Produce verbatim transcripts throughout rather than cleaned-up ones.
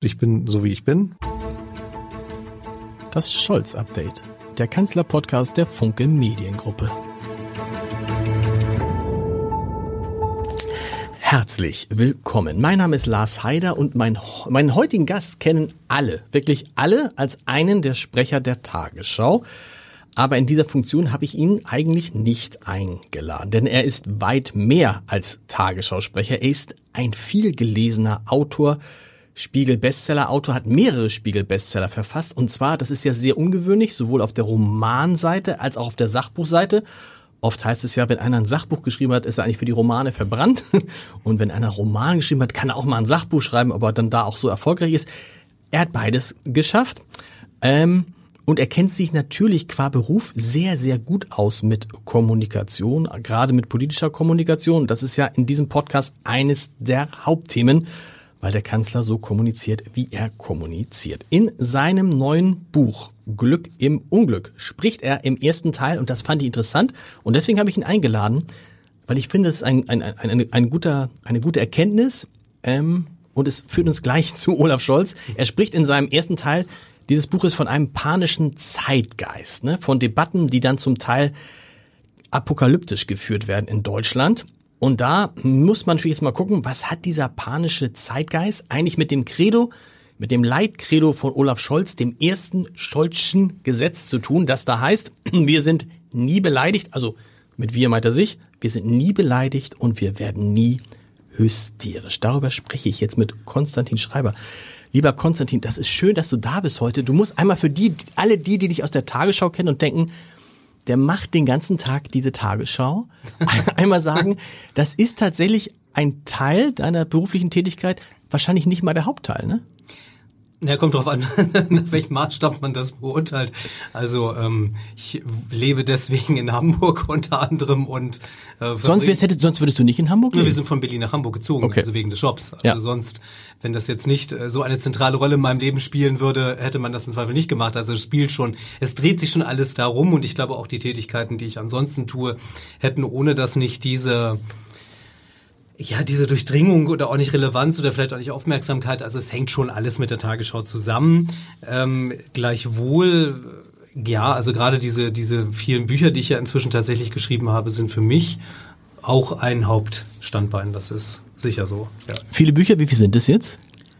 Ich bin so, wie ich bin. Das Scholz-Update, der Kanzler-Podcast der Funke Mediengruppe. Herzlich willkommen. Mein Name ist Lars Heider und mein, meinen heutigen Gast kennen alle, wirklich alle, als einen der Sprecher der Tagesschau. Aber in dieser Funktion habe ich ihn eigentlich nicht eingeladen, denn er ist weit mehr als Tagesschausprecher. Er ist ein vielgelesener Autor, Spiegel-Bestseller-Autor, hat mehrere Spiegel-Bestseller verfasst. Und zwar, das ist ja sehr ungewöhnlich, sowohl auf der Romanseite als auch auf der Sachbuchseite. Oft heißt es ja, wenn einer ein Sachbuch geschrieben hat, ist er eigentlich für die Romane verbrannt. Und wenn einer einen Roman geschrieben hat, kann er auch mal ein Sachbuch schreiben, aber dann da auch so erfolgreich ist. Er hat beides geschafft. Ähm, und er kennt sich natürlich qua Beruf sehr, sehr gut aus mit Kommunikation, gerade mit politischer Kommunikation. Das ist ja in diesem Podcast eines der Hauptthemen, weil der Kanzler so kommuniziert, wie er kommuniziert. In seinem neuen Buch Glück im Unglück spricht er im ersten Teil, und das fand ich interessant, und deswegen habe ich ihn eingeladen, weil ich finde, es ist ein, ein, ein, ein, ein guter, eine gute Erkenntnis, ähm, und es führt uns gleich zu Olaf Scholz. Er spricht in seinem ersten Teil dieses Buches von einem panischen Zeitgeist, ne, von Debatten, die dann zum Teil apokalyptisch geführt werden in Deutschland. Und da muss man natürlich jetzt mal gucken, was hat dieser panische Zeitgeist eigentlich mit dem Credo, mit dem Leitkredo von Olaf Scholz, dem ersten Scholzschen Gesetz zu tun, das da heißt, wir sind nie beleidigt, also mit wir meint er sich, wir sind nie beleidigt und wir werden nie hysterisch. Darüber spreche ich jetzt mit Konstantin Schreiber. Lieber Konstantin, das ist schön, dass du da bist heute. Du musst einmal für die, alle die, die dich aus der Tagesschau kennen und denken, der macht den ganzen Tag diese Tagesschau, einmal sagen, das ist tatsächlich ein Teil deiner beruflichen Tätigkeit, wahrscheinlich nicht mal der Hauptteil, ne? Ja, kommt drauf an, nach welchem Maßstab man das beurteilt. Also ähm, ich lebe deswegen in Hamburg unter anderem und äh, sonst, wärst, hättest, sonst würdest du nicht in Hamburg leben? Wir sind von Berlin nach Hamburg gezogen, okay. Also wegen des Jobs. Also ja. Sonst, wenn das jetzt nicht äh, so eine zentrale Rolle in meinem Leben spielen würde, hätte man das im Zweifel nicht gemacht. Also es spielt schon, es dreht sich schon alles darum, und ich glaube auch die Tätigkeiten, die ich ansonsten tue, hätten ohne das nicht diese Ja, diese Durchdringung oder auch nicht Relevanz oder vielleicht auch nicht Aufmerksamkeit, also es hängt schon alles mit der Tagesschau zusammen. Ähm, gleichwohl, ja, also gerade diese diese vielen Bücher, die ich ja inzwischen tatsächlich geschrieben habe, sind für mich auch ein Hauptstandbein, das ist sicher so. Ja. Viele Bücher, wie viel sind es jetzt?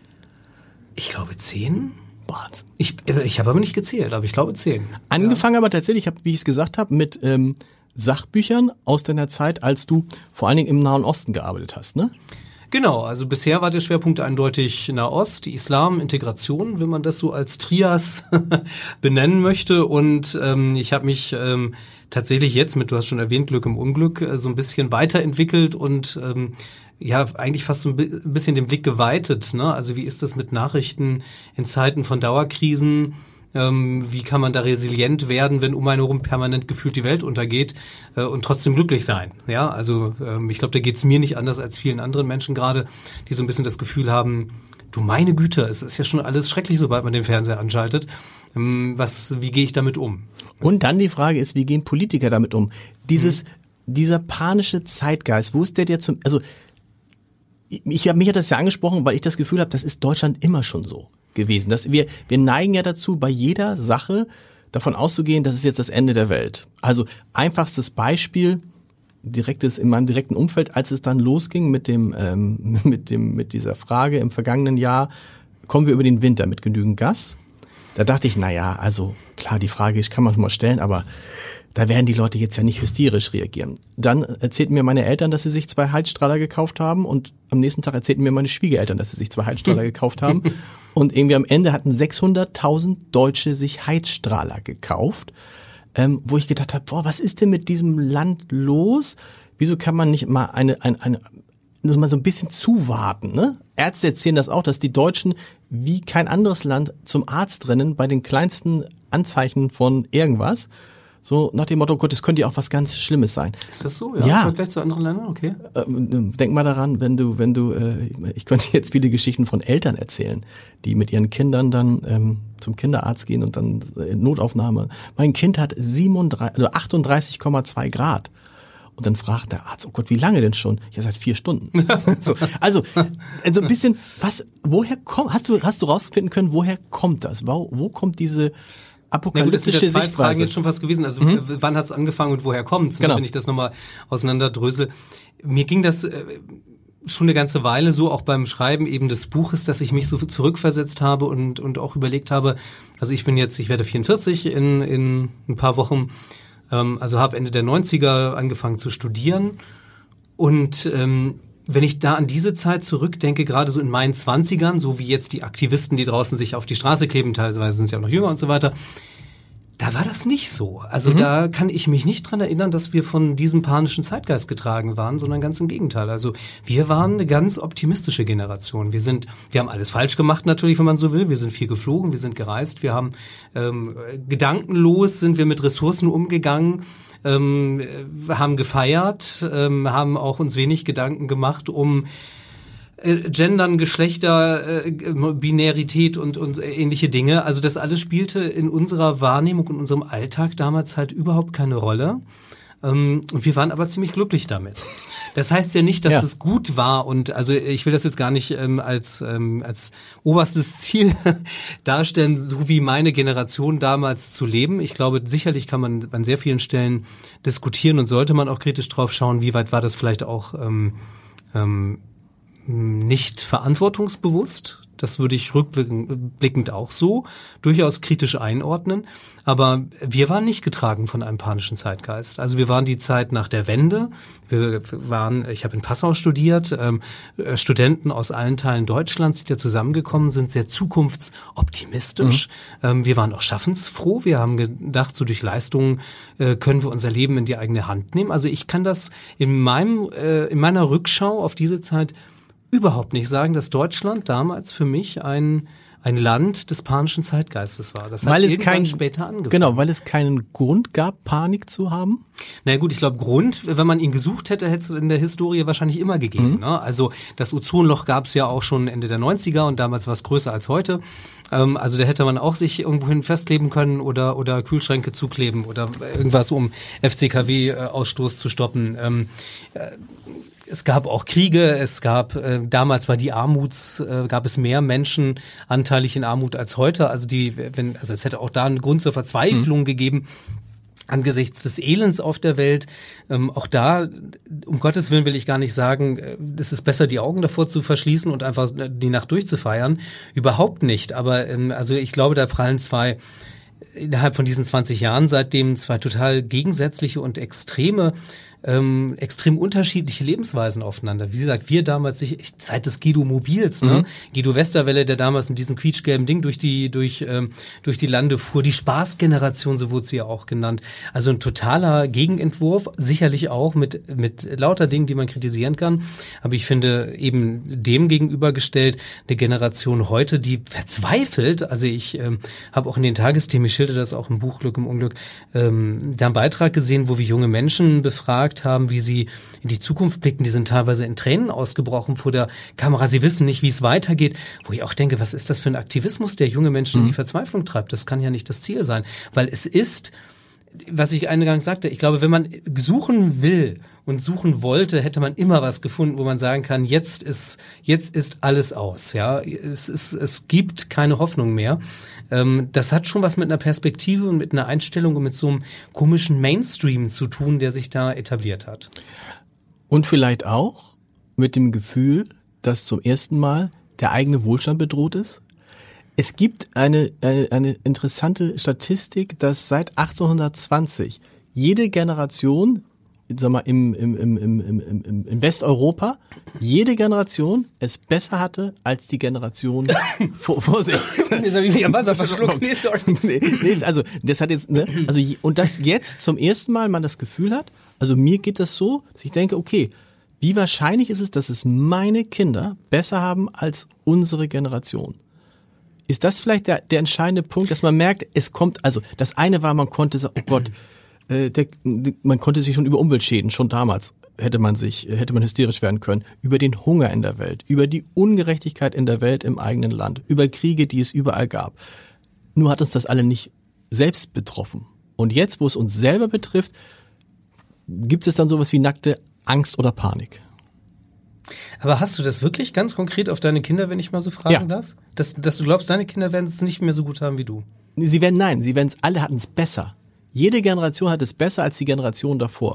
Ich glaube zehn. Wahnsinn. Ich, ich habe aber nicht gezählt, aber ich glaube zehn. Angefangen ja. aber tatsächlich, hab, wie ich es gesagt habe, mit ähm, Sachbüchern aus deiner Zeit, als du vor allen Dingen im Nahen Osten gearbeitet hast, ne? Genau, also bisher war der Schwerpunkt eindeutig Nahost, Islam, Integration, wenn man das so als Trias benennen möchte. Und ähm, ich habe mich ähm, tatsächlich jetzt mit, du hast schon erwähnt, Glück im Unglück, äh, so ein bisschen weiterentwickelt und ähm, ja, eigentlich fast so ein bisschen den Blick geweitet, ne? Also wie ist das mit Nachrichten in Zeiten von Dauerkrisen? Ähm, wie kann man da resilient werden, wenn um einen herum permanent gefühlt die Welt untergeht äh, und trotzdem glücklich sein? Ja, also ähm, ich glaube, da geht's mir nicht anders als vielen anderen Menschen gerade, die so ein bisschen das Gefühl haben, du meine Güte, es ist ja schon alles schrecklich, sobald man den Fernseher anschaltet. Ähm, was, wie gehe ich damit um? Und dann die Frage ist, wie gehen Politiker damit um? Dieses, mhm. dieser panische Zeitgeist, wo ist der der zum, also ich, ich hab, mich hat das ja angesprochen, weil ich das Gefühl habe, das ist Deutschland immer schon so gewesen. Dass wir, wir neigen ja dazu, bei jeder Sache davon auszugehen, das ist jetzt das Ende der Welt. Also einfachstes Beispiel, direktes in meinem direkten Umfeld, als es dann losging mit dem, ähm, mit dem, mit dieser Frage im vergangenen Jahr, kommen wir über den Winter mit genügend Gas? Da dachte ich, na ja, also klar, die Frage ich kann man mal stellen, aber da werden die Leute jetzt ja nicht hysterisch reagieren. Dann erzählten mir meine Eltern, dass sie sich zwei Heizstrahler gekauft haben, und am nächsten Tag erzählten mir meine Schwiegereltern, dass sie sich zwei Heizstrahler gekauft haben. Und irgendwie am Ende hatten sechshunderttausend Deutsche sich Heizstrahler gekauft, ähm, wo ich gedacht habe, boah, was ist denn mit diesem Land los? Wieso kann man nicht mal eine, eine, eine mal so ein bisschen zuwarten, ne? Ärzte erzählen das auch, dass die Deutschen wie kein anderes Land zum Arzt rennen bei den kleinsten Anzeichen von irgendwas. So nach dem Motto, Gott, das könnte ja auch was ganz Schlimmes sein. Ist das so? Ja. Ja. Im Vergleich zu anderen Ländern? Okay. Ähm, denk mal daran, wenn du, wenn du, äh, ich könnte jetzt viele Geschichten von Eltern erzählen, die mit ihren Kindern dann ähm, zum Kinderarzt gehen und dann äh, Notaufnahme. Mein Kind hat siebenunddreißig, also achtunddreißig Komma zwei Grad. Und dann fragt der Arzt, oh Gott, wie lange denn schon? Ja, seit vier Stunden. so, also, also ein bisschen, was, woher kommt, hast du, hast du rausfinden können, woher kommt das? Wo, wo kommt diese apokalyptische Na gut, das sind ja zwei Sichtweise? Fragen jetzt schon fast gewesen. Also, mhm. wann hat's angefangen und woher kommt's? Genau. Wenn ich das nochmal auseinanderdrösel. Mir ging das äh, schon eine ganze Weile so, auch beim Schreiben eben des Buches, dass ich mich so zurückversetzt habe und, und auch überlegt habe, also ich bin jetzt, ich werde vierundvierzig in, in ein paar Wochen, ähm, also habe Ende der neunziger angefangen zu studieren und ähm, wenn ich da an diese Zeit zurückdenke, gerade so in meinen Zwanzigern, so wie jetzt die Aktivisten, die draußen sich auf die Straße kleben, teilweise sind sie auch noch jünger und so weiter, da war das nicht so. Also mhm. da kann ich mich nicht dran erinnern, dass wir von diesem panischen Zeitgeist getragen waren, sondern ganz im Gegenteil. Also wir waren eine ganz optimistische Generation. Wir sind, wir haben alles falsch gemacht natürlich, wenn man so will. Wir sind viel geflogen, wir sind gereist, wir haben ähm, gedankenlos sind wir mit Ressourcen umgegangen, ähm, haben gefeiert, ähm, haben auch uns wenig Gedanken gemacht um Gendern, Geschlechter, äh, Binarität und, und ähnliche Dinge. Also das alles spielte in unserer Wahrnehmung und unserem Alltag damals halt überhaupt keine Rolle. Ähm, und wir waren aber ziemlich glücklich damit. Das heißt ja nicht, dass ja. es gut war und also ich will das jetzt gar nicht ähm, als ähm, als oberstes Ziel darstellen, so wie meine Generation damals zu leben. Ich glaube, sicherlich kann man an sehr vielen Stellen diskutieren und sollte man auch kritisch drauf schauen, wie weit war das vielleicht auch ähm, ähm, nicht verantwortungsbewusst. Das würde ich rückblickend auch so durchaus kritisch einordnen. Aber wir waren nicht getragen von einem panischen Zeitgeist. Also wir waren die Zeit nach der Wende. Wir waren, ich habe in Passau studiert, ähm, Studenten aus allen Teilen Deutschlands, die da zusammengekommen sind, sehr zukunftsoptimistisch. Mhm. Ähm, wir waren auch schaffensfroh. Wir haben gedacht, so durch Leistungen äh, können wir unser Leben in die eigene Hand nehmen. Also ich kann das in meinem, äh, in meiner Rückschau auf diese Zeit überhaupt nicht sagen, dass Deutschland damals für mich ein ein Land des panischen Zeitgeistes war. Das hat weil es irgendwann kein, später angefangen. Genau, weil es keinen Grund gab, Panik zu haben? Na gut, ich glaube, Grund, wenn man ihn gesucht hätte, hätte es in der Historie wahrscheinlich immer gegeben. Mhm. Ne? Also das Ozonloch gab es ja auch schon Ende der neunziger und damals war es größer als heute. Ähm, also da hätte man auch sich irgendwohin festkleben können oder oder Kühlschränke zukleben oder irgendwas, um F C K W-Ausstoß zu stoppen. Ähm, äh, Es gab auch Kriege, es gab, äh, damals war die Armuts, äh, gab es mehr Menschen anteilig in Armut als heute. Also die, wenn, also es hätte auch da einen Grund zur Verzweiflung mhm. gegeben angesichts des Elends auf der Welt. Ähm, auch da, um Gottes Willen will ich gar nicht sagen, äh, es ist besser, die Augen davor zu verschließen und einfach die Nacht durchzufeiern. Überhaupt nicht. Aber ähm, also ich glaube, da prallen zwei innerhalb von diesen zwanzig Jahren seitdem zwei total gegensätzliche und extreme ähm, extrem unterschiedliche Lebensweisen aufeinander. Wie gesagt, wir damals, ich, Zeit des Guido Mobils, ne? Mhm. Guido Westerwelle, der damals in diesem quietschgelben Ding durch die durch ähm, durch die Lande fuhr, die Spaßgeneration, so wurde sie ja auch genannt. Also ein totaler Gegenentwurf, sicherlich auch mit mit lauter Dingen, die man kritisieren kann. Aber ich finde eben dem gegenübergestellt eine Generation heute, die verzweifelt. Also ich ähm, habe auch in den Tagesthemen, ich schilder das auch im Buch Glück im Unglück, ähm, da einen Beitrag gesehen, wo wir junge Menschen befragt haben, wie sie in die Zukunft blicken. Die sind teilweise in Tränen ausgebrochen vor der Kamera. Sie wissen nicht, wie es weitergeht. Wo ich auch denke, was ist das für ein Aktivismus, der junge Menschen mhm. in die Verzweiflung treibt? Das kann ja nicht das Ziel sein. Weil es ist, was ich eingangs sagte, ich glaube, wenn man suchen will und suchen wollte, hätte man immer was gefunden, wo man sagen kann, jetzt ist, jetzt ist alles aus. Ja, es ist, es gibt keine Hoffnung mehr. Ähm, das hat schon was mit einer Perspektive und mit einer Einstellung und mit so einem komischen Mainstream zu tun, der sich da etabliert hat. Und vielleicht auch mit dem Gefühl, dass zum ersten Mal der eigene Wohlstand bedroht ist. Es gibt eine, eine, eine interessante Statistik, dass seit achtzehnhundertzwanzig jede Generation, sag mal, im, im, im, im, im, im Westeuropa, jede Generation es besser hatte als die Generation vor, vor sich. Jetzt habe ich mich am Wasser verschluckt. Nee, sorry. Nee, nee, also das hat jetzt, ne, also und das jetzt zum ersten Mal man das Gefühl hat, also mir geht das so, dass ich denke, okay, wie wahrscheinlich ist es, dass es meine Kinder besser haben als unsere Generation? Ist das vielleicht der, der entscheidende Punkt, dass man merkt, es kommt, also das eine war, man konnte sagen, oh Gott, äh, der, man konnte sich schon über Umweltschäden, schon damals hätte man sich, hätte man hysterisch werden können, über den Hunger in der Welt, über die Ungerechtigkeit in der Welt im eigenen Land, über Kriege, die es überall gab. Nur hat uns das alle nicht selbst betroffen. Und jetzt, wo es uns selber betrifft, gibt es dann sowas wie nackte Angst oder Panik? Aber hast du das wirklich ganz konkret auf deine Kinder, wenn ich mal so fragen Ja. darf? Dass, dass du glaubst, deine Kinder werden es nicht mehr so gut haben wie du? Sie werden, nein, sie werden es, alle hatten es besser. Jede Generation hat es besser als die Generation davor.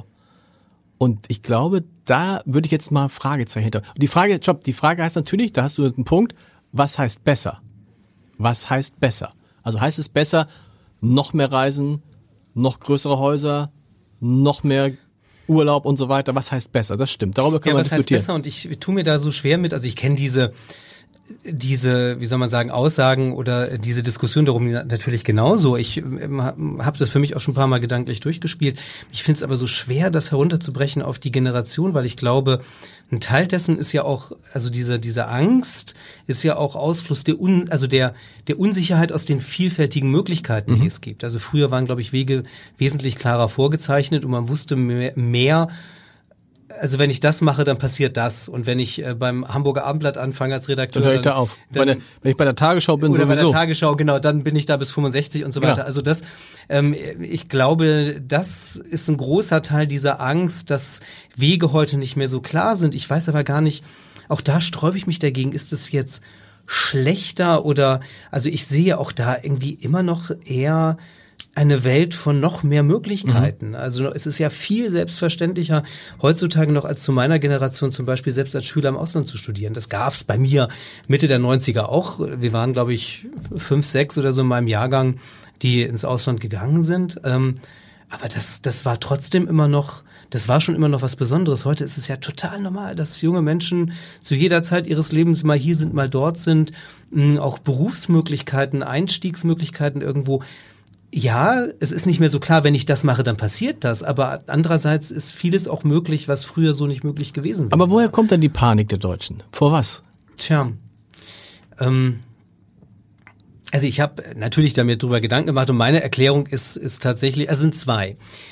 Und ich glaube, da würde ich jetzt mal Fragezeichen hinter. Und die Frage, Job, die Frage heißt natürlich, da hast du einen Punkt, was heißt besser? Was heißt besser? Also heißt es besser, noch mehr Reisen, noch größere Häuser, noch mehr Urlaub und so weiter? Was heißt besser? Das stimmt. Darüber können Ja, wir was heißt diskutieren. besser? Und ich tue mir da so schwer mit. Also ich kenne diese diese, wie soll man sagen, Aussagen oder diese Diskussion darum natürlich genauso. Ich ähm, habe das für mich auch schon ein paar Mal gedanklich durchgespielt. Ich finde es aber so schwer, das herunterzubrechen auf die Generation, weil ich glaube, ein Teil dessen ist ja auch, also diese diese Angst ist ja auch Ausfluss der Un, also der der Unsicherheit aus den vielfältigen Möglichkeiten, die mhm. es gibt. Also früher waren, glaube ich, Wege wesentlich klarer vorgezeichnet und man wusste mehr, mehr also wenn ich das mache, dann passiert das. Und wenn ich äh, beim Hamburger Abendblatt anfange als Redakteur, dann höre ich da auf. Dann, bei der, wenn ich bei der Tagesschau bin, oder sowieso. bei der Tagesschau, genau, dann bin ich da bis fünfundsechzig und so weiter. Genau. Also das, ähm, ich glaube, das ist ein großer Teil dieser Angst, dass Wege heute nicht mehr so klar sind. Ich weiß aber gar nicht, auch da sträube ich mich dagegen. Ist es jetzt schlechter oder, also ich sehe auch da irgendwie immer noch eher eine Welt von noch mehr Möglichkeiten. Mhm. Also es ist ja viel selbstverständlicher heutzutage noch als zu meiner Generation zum Beispiel selbst als Schüler im Ausland zu studieren. Das gab's bei mir Mitte der neunziger auch. Wir waren, glaube ich, fünf, sechs oder so in meinem Jahrgang, die ins Ausland gegangen sind. Ähm, aber das, das war trotzdem immer noch, das war schon immer noch was Besonderes. Heute ist es ja total normal, dass junge Menschen zu jeder Zeit ihres Lebens mal hier sind, mal dort sind. Auch Berufsmöglichkeiten, Einstiegsmöglichkeiten irgendwo. Ja, es ist nicht mehr so klar, wenn ich das mache, dann passiert das. Aber andererseits ist vieles auch möglich, was früher so nicht möglich gewesen wäre. Aber woher kommt denn die Panik der Deutschen? Vor was? Tja, ähm, also ich habe natürlich damit drüber Gedanken gemacht und meine Erklärung ist ist tatsächlich, also sind zwei.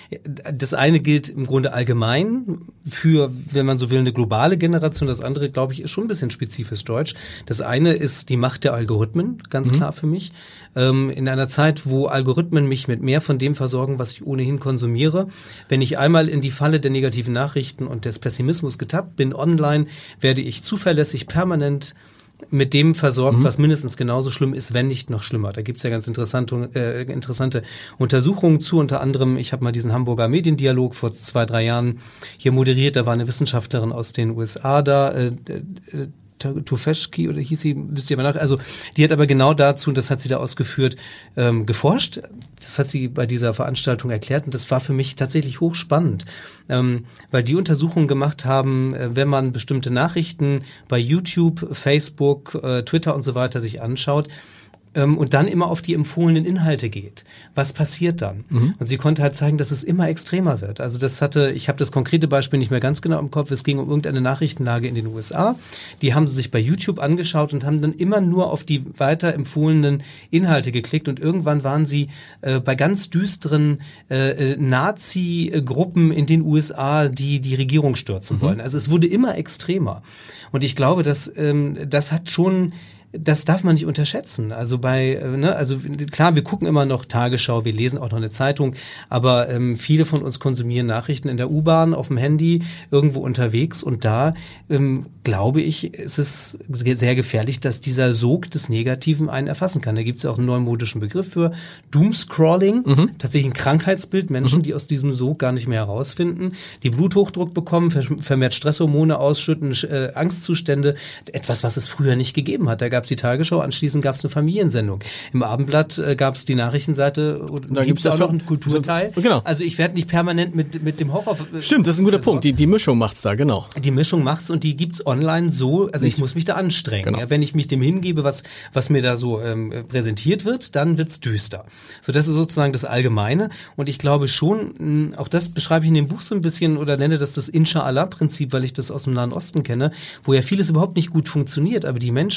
Das eine gilt im Grunde allgemein für, wenn man so will, eine globale Generation. Das andere, glaube ich, ist schon ein bisschen spezifisch deutsch. Das eine ist die Macht der Algorithmen, ganz mhm. klar für mich. Ähm, in einer Zeit, wo Algorithmen mich mit mehr von dem versorgen, was ich ohnehin konsumiere. Wenn ich einmal in die Falle der negativen Nachrichten und des Pessimismus getappt bin online, werde ich zuverlässig permanent mit dem versorgt, mhm. was mindestens genauso schlimm ist, wenn nicht noch schlimmer. Da gibt's ja ganz interessante, äh, interessante Untersuchungen zu. Unter anderem, ich habe mal diesen Hamburger Mediendialog vor zwei, drei Jahren hier moderiert. Da war eine Wissenschaftlerin aus den U S A da, äh, äh, Tufeschki oder hieß sie, wisst ihr mal nach, also die hat aber genau dazu, und das hat sie da ausgeführt, ähm, geforscht. Das hat sie bei dieser Veranstaltung erklärt und das war für mich tatsächlich hochspannend, ähm, weil die Untersuchungen gemacht haben, äh, wenn man bestimmte Nachrichten bei YouTube, Facebook, äh, Twitter und so weiter sich anschaut, und dann immer auf die empfohlenen Inhalte geht. Was passiert dann? Mhm. Und sie konnte halt zeigen, dass es immer extremer wird. Also das hatte, ich habe das konkrete Beispiel nicht mehr ganz genau im Kopf, es ging um irgendeine Nachrichtenlage in den U S A. Die haben sie sich bei YouTube angeschaut und haben dann immer nur auf die weiter empfohlenen Inhalte geklickt und irgendwann waren sie äh, bei ganz düsteren äh, Nazi-Gruppen in den U S A, die die Regierung stürzen mhm. wollen. Also es wurde immer extremer. Und ich glaube, dass ähm, das hat schon das darf man nicht unterschätzen. Also bei, ne, also klar, wir gucken immer noch Tagesschau, wir lesen auch noch eine Zeitung, aber ähm, viele von uns konsumieren Nachrichten in der U-Bahn, auf dem Handy, irgendwo unterwegs und da ähm, glaube ich, ist es sehr gefährlich, dass dieser Sog des Negativen einen erfassen kann. Da gibt es ja auch einen neumodischen Begriff für Doomscrolling, mhm. tatsächlich ein Krankheitsbild, Menschen, mhm. die aus diesem Sog gar nicht mehr herausfinden, die Bluthochdruck bekommen, vermehrt Stresshormone ausschütten, äh, Angstzustände, etwas, was es früher nicht gegeben hat. Da gab die Tagesschau, anschließend gab es eine Familiensendung. Im Abendblatt äh, gab es die Nachrichtenseite und da gibt es auch noch einen Kulturteil. So, genau. Also ich werde nicht permanent mit mit dem Horror. Äh, Stimmt, das ist ein guter Punkt. Die die Mischung macht's da, genau. Die Mischung macht's und die gibt's online so. Also nicht. Ich muss mich da anstrengen. Genau. Ja, wenn ich mich dem hingebe, was was mir da so ähm, präsentiert wird, dann wird's düster. So, das ist sozusagen das Allgemeine. Und ich glaube schon, mh, auch das beschreibe ich in dem Buch so ein bisschen oder nenne das das Inshallah-Prinzip, weil ich das aus dem Nahen Osten kenne, wo ja vieles überhaupt nicht gut funktioniert, aber die Menschen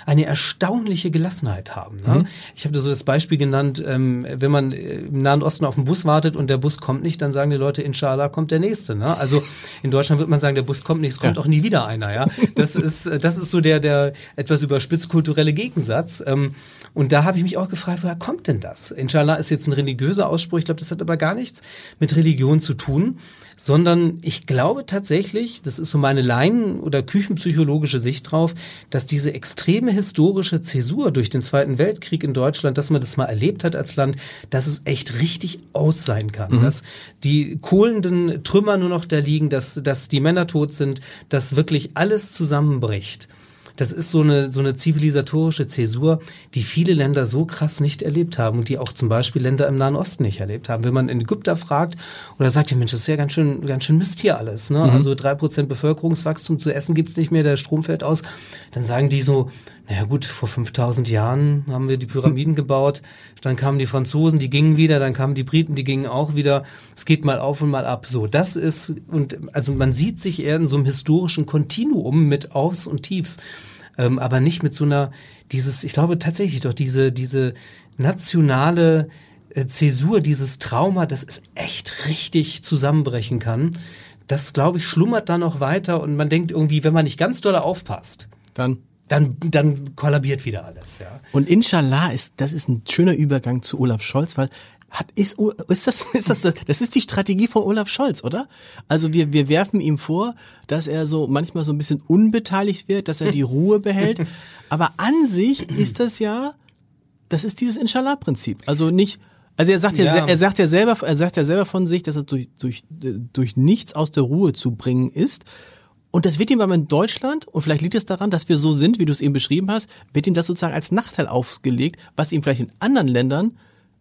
eine erstaunliche Gelassenheit haben. Ne? Mhm. Ich habe da so das Beispiel genannt, ähm, wenn man im Nahen Osten auf den Bus wartet und der Bus kommt nicht, dann sagen die Leute, inshallah kommt der nächste. Ne? Also in Deutschland wird man sagen, der Bus kommt nicht, es kommt ja auch nie wieder einer. Ja, das ist das ist so der der etwas überspitzt kulturelle Gegensatz. Ähm, und da habe ich mich auch gefragt, woher kommt denn das? Inshallah ist jetzt ein religiöser Ausspruch. Ich glaube, das hat aber gar nichts mit Religion zu tun, sondern ich glaube tatsächlich, das ist so meine Laien- oder küchenpsychologische Sicht drauf, dass diese extreme historische Zäsur durch den Zweiten Weltkrieg in Deutschland, dass man das mal erlebt hat als Land, dass es echt richtig aus sein kann. Mhm. Dass die kohlenden Trümmer nur noch da liegen, dass, dass die Männer tot sind, dass wirklich alles zusammenbricht. Das ist so eine so eine zivilisatorische Zäsur, die viele Länder so krass nicht erlebt haben und die auch zum Beispiel Länder im Nahen Osten nicht erlebt haben. Wenn man einen Ägypter fragt oder sagt, ja Mensch, das ist ja ganz schön ganz schön Mist hier alles. Ne? Mhm. Also drei Prozent Bevölkerungswachstum, zu essen gibt's nicht mehr, der Strom fällt aus. Dann sagen die so, naja gut, vor fünftausend Jahren haben wir die Pyramiden gebaut, dann kamen die Franzosen, die gingen wieder, dann kamen die Briten, die gingen auch wieder. Es geht mal auf und mal ab. So, das ist, und also man sieht sich eher in so einem historischen Kontinuum mit Aufs und Tiefs. Ähm, aber nicht mit so einer, dieses, ich glaube tatsächlich doch, diese, diese nationale äh, Zäsur, dieses Trauma, das ist echt richtig zusammenbrechen kann. Das, glaube ich, schlummert da noch weiter und man denkt irgendwie, wenn man nicht ganz doll aufpasst, dann Dann, dann kollabiert wieder alles, ja. Und inshallah ist, das ist ein schöner Übergang zu Olaf Scholz, weil hat, ist, ist das, ist das, das ist die Strategie von Olaf Scholz, oder? Also wir, wir werfen ihm vor, dass er so manchmal so ein bisschen unbeteiligt wird, dass er die Ruhe behält. Aber an sich ist das ja, das ist dieses Inshallah-Prinzip. Also nicht, also er sagt ja, ja, er sagt ja selber, er sagt ja selber von sich, dass er durch, durch, durch nichts aus der Ruhe zu bringen ist. Und das wird ihm aber in Deutschland, und vielleicht liegt es daran, dass wir so sind, wie du es eben beschrieben hast, wird ihm das sozusagen als Nachteil aufgelegt, was ihm vielleicht in anderen Ländern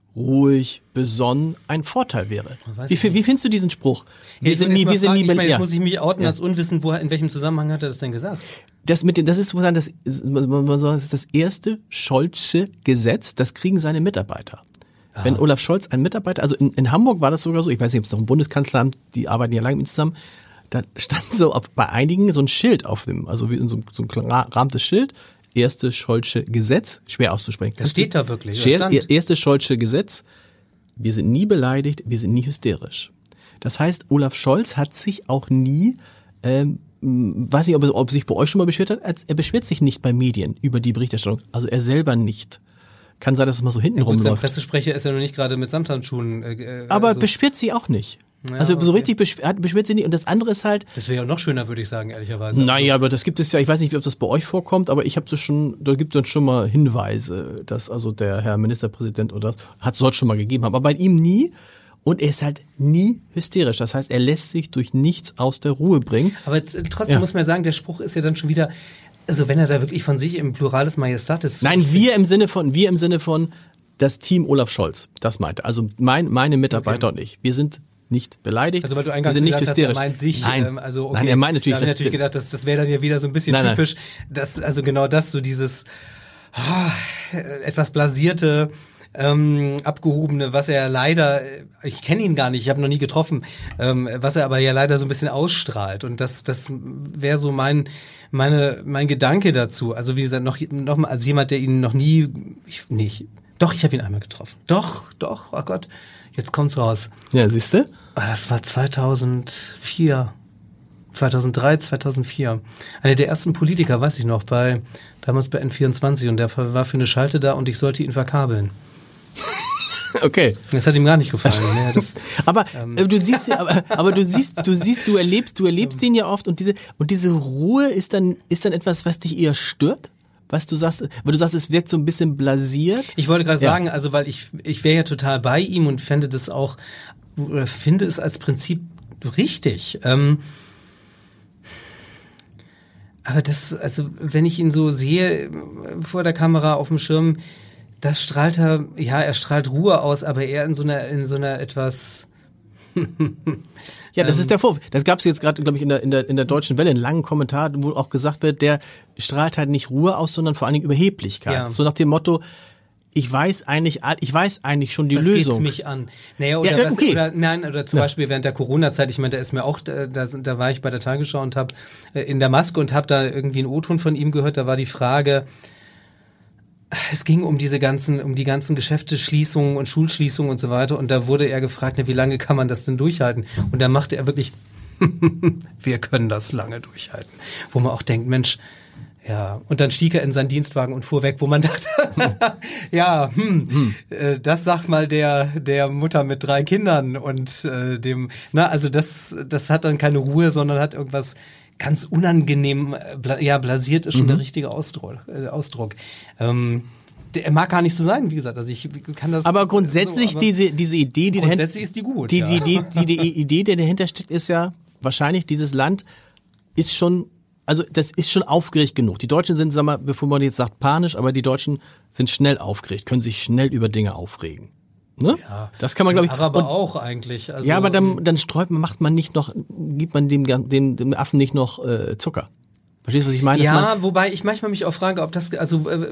ruhig, besonnen ein Vorteil wäre. Wie, wie findest du diesen Spruch? Wir ja, sind nie, wir sind nie, ich meine, jetzt ja. muss ich mich outen ja. als unwissend, woher, in welchem Zusammenhang hat er das denn gesagt? Das mit den, das ist sozusagen das, das ist das erste Scholzsche Gesetz, das kriegen seine Mitarbeiter. Ah. Wenn Olaf Scholz ein Mitarbeiter, also in, in Hamburg war das sogar so, ich weiß nicht, ob es noch im Bundeskanzleramt, die arbeiten ja lange mit ihm zusammen, da stand so auf, bei einigen so ein Schild auf dem, also wie in so, so ein gerahmtes Schild, erste Scholzsche Gesetz, schwer auszusprechen. Das steht da wirklich. Scher, erste Scholzsche Gesetz, wir sind nie beleidigt, wir sind nie hysterisch. Das heißt, Olaf Scholz hat sich auch nie, ähm, weiß nicht, ob er, ob er sich bei euch schon mal beschwert hat, er beschwert sich nicht bei Medien über die Berichterstattung, also er selber nicht. Kann sein, dass es mal so hinten ja, gut, rumläuft. Sein Pressesprecher ist ja noch nicht gerade mit Samthandschuhen. Äh, Aber also beschwert sie auch nicht. Ja, also so okay. richtig beschwert, beschwert sie nicht. Und das andere ist halt... Das wäre ja noch schöner, würde ich sagen, ehrlicherweise. Naja, aber das gibt es ja, ich weiß nicht, ob das bei euch vorkommt, aber ich habe das schon, da gibt es schon mal Hinweise, dass also der Herr Ministerpräsident oder das, hat es schon mal gegeben haben, aber bei ihm nie. Und er ist halt nie hysterisch. Das heißt, er lässt sich durch nichts aus der Ruhe bringen. Aber trotzdem ja. muss man ja sagen, der Spruch ist ja dann schon wieder... Also wenn er da wirklich von sich im Plural des Majestatis... Nein, spricht. wir im Sinne von, wir im Sinne von das Team Olaf Scholz, das meinte. Also mein, meine Mitarbeiter okay. und ich. Wir sind nicht beleidigt. Also weil du eingangs gesagt hast, er meint sich. Nein, ähm, also okay, nein er meint natürlich. Da habe ich natürlich gedacht, das, das wäre dann ja wieder so ein bisschen nein, typisch. Nein. Das, also genau das, so dieses oh, etwas blasierte, ähm, abgehobene, was er leider, ich kenne ihn gar nicht, ich habe noch nie getroffen, ähm, was er aber ja leider so ein bisschen ausstrahlt. Und das, das wäre so mein, meine, mein Gedanke dazu. Also wie gesagt, noch, noch mal, als jemand, der ihn noch nie, ich, nicht, doch, ich habe ihn einmal getroffen. Doch, doch, oh Gott, jetzt kommt's raus. Ja, siehst du? Das war zweitausendvier, zweitausenddrei, zweitausendvier. Einer der ersten Politiker, weiß ich noch, bei damals bei N vierundzwanzig und der war für eine Schalte da und ich sollte ihn verkabeln. Okay. Das hat ihm gar nicht gefallen. Nee, das, aber ähm. du siehst, aber, aber du siehst, du siehst, du erlebst, du erlebst ihn ja oft und diese und diese Ruhe ist dann ist dann etwas, was dich eher stört. Was du sagst, weil du sagst, es wirkt so ein bisschen blasiert. Ich wollte gerade ja. sagen, also weil ich ich wäre ja total bei ihm und fände das auch oder finde es als Prinzip richtig. Ähm, aber das, also wenn ich ihn so sehe vor der Kamera auf dem Schirm, das strahlt er, ja, er strahlt Ruhe aus, aber eher in so einer in so einer etwas Ja, das ähm, ist der Vorwurf. Das gab es jetzt gerade, glaube ich, in der, in der in der Deutschen Welle, einen langen Kommentar, wo auch gesagt wird, der strahlt halt nicht Ruhe aus, sondern vor allen Dingen Überheblichkeit. Ja. So nach dem Motto, ich weiß eigentlich, ich weiß eigentlich schon die was Lösung. Was geht's mich an? Naja, oder, ja, was, okay. oder nein, oder zum ja. Beispiel während der Corona-Zeit, ich meine, da ist mir auch, da, da war ich bei der Tagesschau und habe in der Maske und habe da irgendwie einen O-Ton von ihm gehört, da war die Frage, es ging um diese ganzen, um die ganzen Geschäfteschließungen und Schulschließungen und so weiter. Und da wurde er gefragt, na, wie lange kann man das denn durchhalten? Und da machte er wirklich, wir können das lange durchhalten. Wo man auch denkt, Mensch, ja, und dann stieg er in seinen Dienstwagen und fuhr weg, wo man dachte, ja, hm, hm. Äh, das sagt mal der der Mutter mit drei Kindern und äh, dem, na, also das das hat dann keine Ruhe, sondern hat irgendwas ganz unangenehm, bla, ja, blasiert ist schon mhm. der richtige Ausdruck. Äh, Ausdruck. Ähm, Er mag gar nicht so sein, wie gesagt. Also ich kann das. Aber grundsätzlich so, aber diese diese Idee, die grundsätzlich ist die gut. Die, ja. die, die, die, die Idee, die dahinter steckt, ist ja wahrscheinlich, dieses Land ist schon, also das ist schon aufgeregt genug. Die Deutschen sind, sag mal, bevor man jetzt sagt panisch, aber die Deutschen sind schnell aufgeregt, können sich schnell über Dinge aufregen. Ne? Ja, das kann man, glaube ich. Araber auch eigentlich. Also, ja, aber dann, dann streut man, macht man nicht noch, gibt man dem, dem, dem Affen nicht noch äh, Zucker. Verstehst du, was ich meine? Ja, wobei ich manchmal mich auch frage, ob das, also, äh,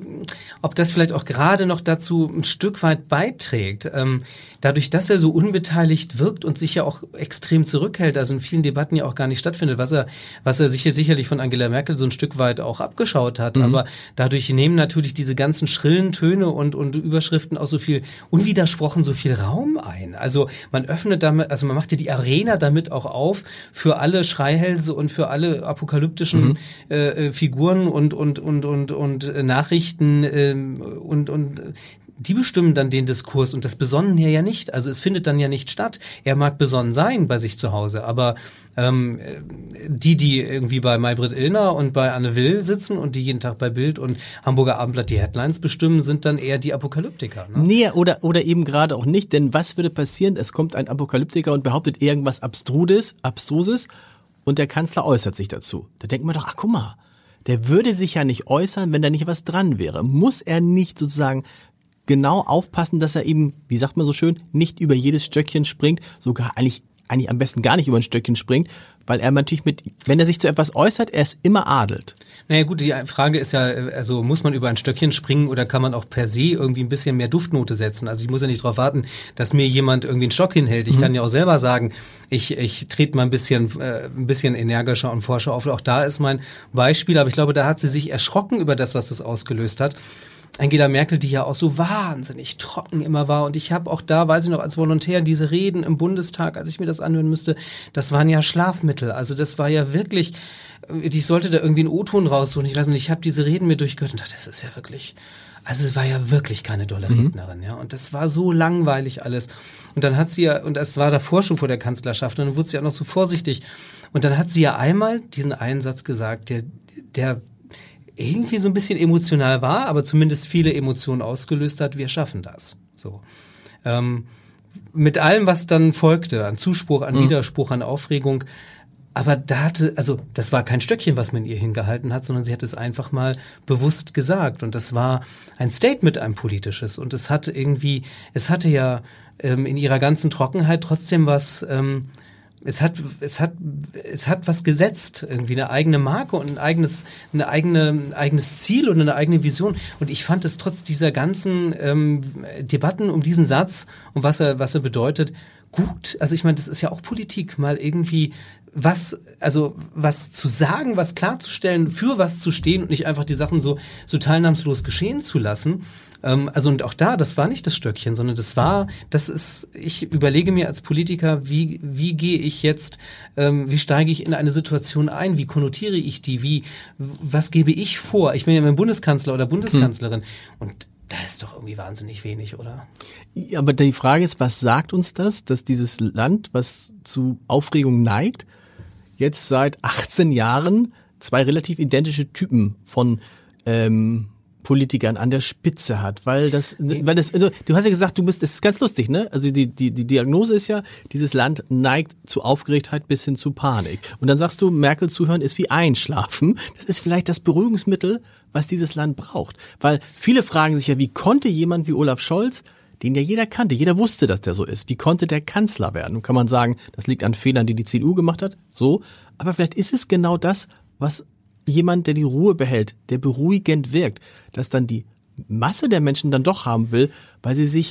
ob das vielleicht auch gerade noch dazu ein Stück weit beiträgt. Ähm, dadurch, dass er so unbeteiligt wirkt und sich ja auch extrem zurückhält, also in vielen Debatten ja auch gar nicht stattfindet, was er, was er sich hier sicherlich von Angela Merkel so ein Stück weit auch abgeschaut hat. Mhm. Aber dadurch nehmen natürlich diese ganzen schrillen Töne und, und Überschriften auch so viel, unwidersprochen so viel Raum ein. Also man öffnet damit, also man macht ja die Arena damit auch auf für alle Schreihälse und für alle apokalyptischen Mhm. Äh, Figuren und und und und und Nachrichten ähm, und und die bestimmen dann den Diskurs und das besonnen hier ja nicht. Also es findet dann ja nicht statt. Er mag besonnen sein bei sich zu Hause, aber ähm, die, die irgendwie bei Maybrit Illner und bei Anne Will sitzen und die jeden Tag bei Bild und Hamburger Abendblatt die Headlines bestimmen, sind dann eher die Apokalyptiker. Ne? Nee, oder oder eben gerade auch nicht, denn was würde passieren? Es kommt ein Apokalyptiker und behauptet irgendwas Abstruses, Abstruses. Und der Kanzler äußert sich dazu. Da denkt man doch, ach guck mal, der würde sich ja nicht äußern, wenn da nicht was dran wäre. Muss er nicht sozusagen genau aufpassen, dass er eben, wie sagt man so schön, nicht über jedes Stöckchen springt, sogar eigentlich eigentlich am besten gar nicht über ein Stöckchen springt, weil er natürlich mit, wenn er sich zu etwas äußert, er es immer adelt. Naja gut, die Frage ist ja, also muss man über ein Stöckchen springen oder kann man auch per se irgendwie ein bisschen mehr Duftnote setzen? Also ich muss ja nicht darauf warten, dass mir jemand irgendwie einen Stock hinhält. Ich mhm. kann ja auch selber sagen, ich ich trete mal ein bisschen äh, ein bisschen energischer und forsche auf. Auch da ist mein Beispiel, aber ich glaube, da hat sie sich erschrocken über das, was das ausgelöst hat. Angela Merkel, die ja auch so wahnsinnig trocken immer war. Und ich habe auch da, weiß ich noch, als Volontär diese Reden im Bundestag, als ich mir das anhören müsste, das waren ja Schlafmittel. Also das war ja wirklich, ich sollte da irgendwie einen O-Ton raussuchen. Ich weiß nicht, ich habe diese Reden mir durchgehört und dachte, das ist ja wirklich, also es war ja wirklich keine dolle mhm. Rednerin. Ja. Und das war so langweilig alles. Und dann hat sie ja, und es war davor schon vor der Kanzlerschaft, und dann wurde sie auch noch so vorsichtig. Und dann hat sie ja einmal diesen einen Satz gesagt, der, der irgendwie so ein bisschen emotional war, aber zumindest viele Emotionen ausgelöst hat, wir schaffen das. So. Ähm, mit allem, was dann folgte, an Zuspruch, an mhm. Widerspruch, an Aufregung, aber da hatte, also das war kein Stöckchen, was man ihr hingehalten hat, sondern sie hat es einfach mal bewusst gesagt und das war ein Statement, ein politisches und es hatte irgendwie, es hatte ja ähm, in ihrer ganzen Trockenheit trotzdem was, ähm, Es hat, es hat, es hat was gesetzt, irgendwie eine eigene Marke und ein eigenes, eine eigene, ein eigenes Ziel und eine eigene Vision. Und ich fand es trotz dieser ganzen ähm, Debatten um diesen Satz und was er, was er bedeutet, gut. Also ich meine, das ist ja auch Politik, mal irgendwie was, also was zu sagen, was klarzustellen, für was zu stehen und nicht einfach die Sachen so, so teilnahmslos geschehen zu lassen. Ähm, also und auch da, das war nicht das Stöckchen, sondern das war, das ist, ich überlege mir als Politiker, wie, wie gehe ich jetzt, ähm, wie steige ich in eine Situation ein, wie konnotiere ich die, wie, was gebe ich vor? Ich bin ja immer Bundeskanzler oder Bundeskanzlerin hm. und da ist doch irgendwie wahnsinnig wenig, oder? Ja, aber die Frage ist, was sagt uns das, dass dieses Land, was zu Aufregung neigt, jetzt seit achtzehn Jahren zwei relativ identische Typen von ähm, Politikern an der Spitze hat, weil das, weil das, also, du hast ja gesagt, du bist, das ist ganz lustig, ne? Also die die die Diagnose ist ja, dieses Land neigt zu Aufgeregtheit bis hin zu Panik. Und dann sagst du, Merkel zuhören ist wie Einschlafen. Das ist vielleicht das Beruhigungsmittel, was dieses Land braucht, weil viele fragen sich ja, wie konnte jemand wie Olaf Scholz, den ja jeder kannte, jeder wusste, dass der so ist, wie konnte der Kanzler werden? Nun kann man sagen, das liegt an Fehlern, die die C D U gemacht hat, so, aber vielleicht ist es genau das, was jemand, der die Ruhe behält, der beruhigend wirkt, dass dann die Masse der Menschen dann doch haben will, weil sie sich,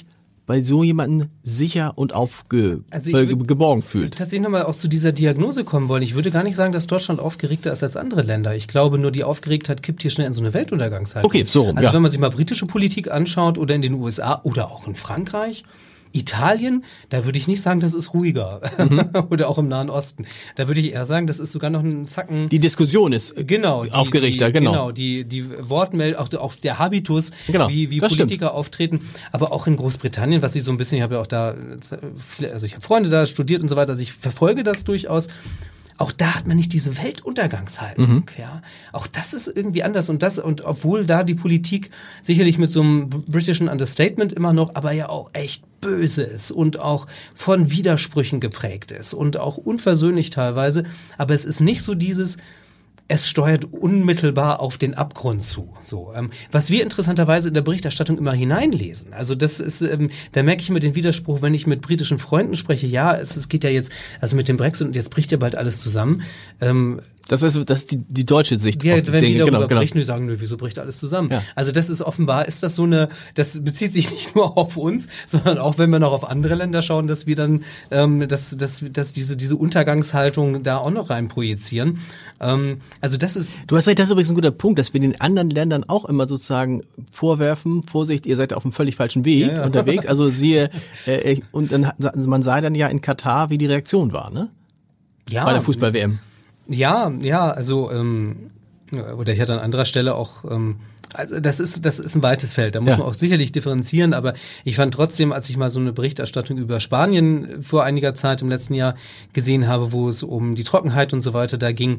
bei so jemanden sicher und aufge Also ich äh, würd- geborgen fühlt. Tatsächlich nochmal auch zu dieser Diagnose kommen wollen. Ich würde gar nicht sagen, dass Deutschland aufgeregter ist als andere Länder. Ich glaube nur, die Aufgeregtheit kippt hier schnell in so eine Weltuntergangshaltung. Okay, so rum, Also ja. wenn man sich mal britische Politik anschaut oder in den U S A oder auch in Frankreich, Italien, da würde ich nicht sagen, das ist ruhiger. Mhm. Oder auch im Nahen Osten. Da würde ich eher sagen, das ist sogar noch ein Zacken... Die Diskussion ist Genau, die, aufgeregter, die, genau. Genau, die, die Wortmeldung, auch, auch der Habitus, Genau, wie, wie das Politiker auftreten, aber auch in Großbritannien, was ich so ein bisschen, ich habe ja auch da viele, also ich habe Freunde da studiert und so weiter, also ich verfolge das durchaus. Auch da hat man nicht diese Weltuntergangshaltung, Mhm. ja. Auch das ist irgendwie anders und das, und obwohl da die Politik sicherlich mit so einem britischen Understatement immer noch, aber ja auch echt böse ist und auch von Widersprüchen geprägt ist und auch unversöhnlich teilweise, aber es ist nicht so dieses, es steuert unmittelbar auf den Abgrund zu. So, ähm, was wir interessanterweise in der Berichterstattung immer hineinlesen. Also das ist, ähm, da merke ich immer den Widerspruch, wenn ich mit britischen Freunden spreche. Ja, es, es geht ja jetzt, also mit dem Brexit und jetzt bricht ja bald alles zusammen. Ähm, Das ist, das ist die, die deutsche Sicht. Ja, auf die wenn Dinge. die darüber Genau, genau. berichten, die sagen, nö, wieso bricht alles zusammen? Ja. Also das ist offenbar, ist das so eine, das bezieht sich nicht nur auf uns, sondern auch, wenn wir noch auf andere Länder schauen, dass wir dann, ähm, dass, dass, dass diese, diese Untergangshaltung da auch noch rein projizieren. Ähm, also das ist... Du hast recht, das ist übrigens ein guter Punkt, dass wir den anderen Ländern auch immer sozusagen vorwerfen, Vorsicht, ihr seid auf einem völlig falschen Weg Ja, ja. unterwegs. Also siehe, äh, und dann, also man sah dann ja in Katar, wie die Reaktion war, ne? Ja, Bei der Fußball-W M. Ja, ja, also ähm, oder ich hatte an anderer Stelle auch, ähm, also das ist das ist ein weites Feld, da muss Ja. man auch sicherlich differenzieren, aber ich fand trotzdem, als ich mal so eine Berichterstattung über Spanien vor einiger Zeit im letzten Jahr gesehen habe, wo es um die Trockenheit und so weiter da ging,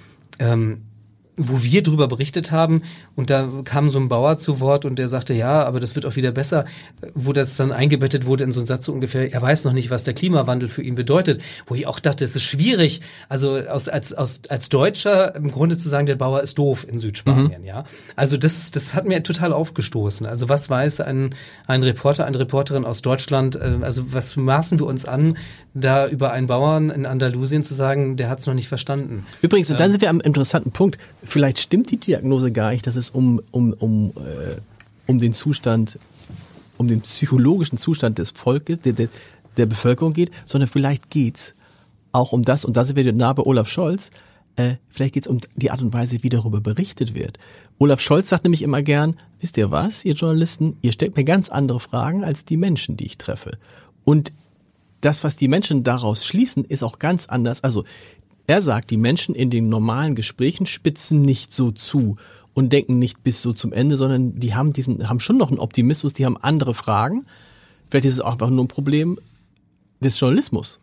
ähm, wo wir drüber berichtet haben und da kam so ein Bauer zu Wort und der sagte, ja, aber das wird auch wieder besser, wo das dann eingebettet wurde in so einen Satz so ungefähr, er weiß noch nicht, was der Klimawandel für ihn bedeutet, wo ich auch dachte, es ist schwierig, also aus, als, aus, als Deutscher im Grunde zu sagen, der Bauer ist doof in Südspanien, mhm. ja. Also das, das hat mir total aufgestoßen. Also was weiß ein, ein Reporter, eine Reporterin aus Deutschland, also was maßen wir uns an, da über einen Bauern in Andalusien zu sagen, der hat es noch nicht verstanden. Übrigens, und dann sind wir am interessanten Punkt. Vielleicht stimmt die Diagnose gar nicht, dass es um, um, um, äh, um den Zustand, um den psychologischen Zustand des Volkes, der, der, der Bevölkerung geht, sondern vielleicht geht's auch um das, und da sind wir nah bei Olaf Scholz, äh, vielleicht geht's um die Art und Weise, wie darüber berichtet wird. Olaf Scholz sagt nämlich immer gern, wisst ihr was, ihr Journalisten, ihr stellt mir ganz andere Fragen als die Menschen, die ich treffe. Und das, was die Menschen daraus schließen, ist auch ganz anders. Also er sagt, die Menschen in den normalen Gesprächen spitzen nicht so zu und denken nicht bis so zum Ende, sondern die haben diesen, haben schon noch einen Optimismus, die haben andere Fragen. Vielleicht ist es auch einfach nur ein Problem des Journalismus.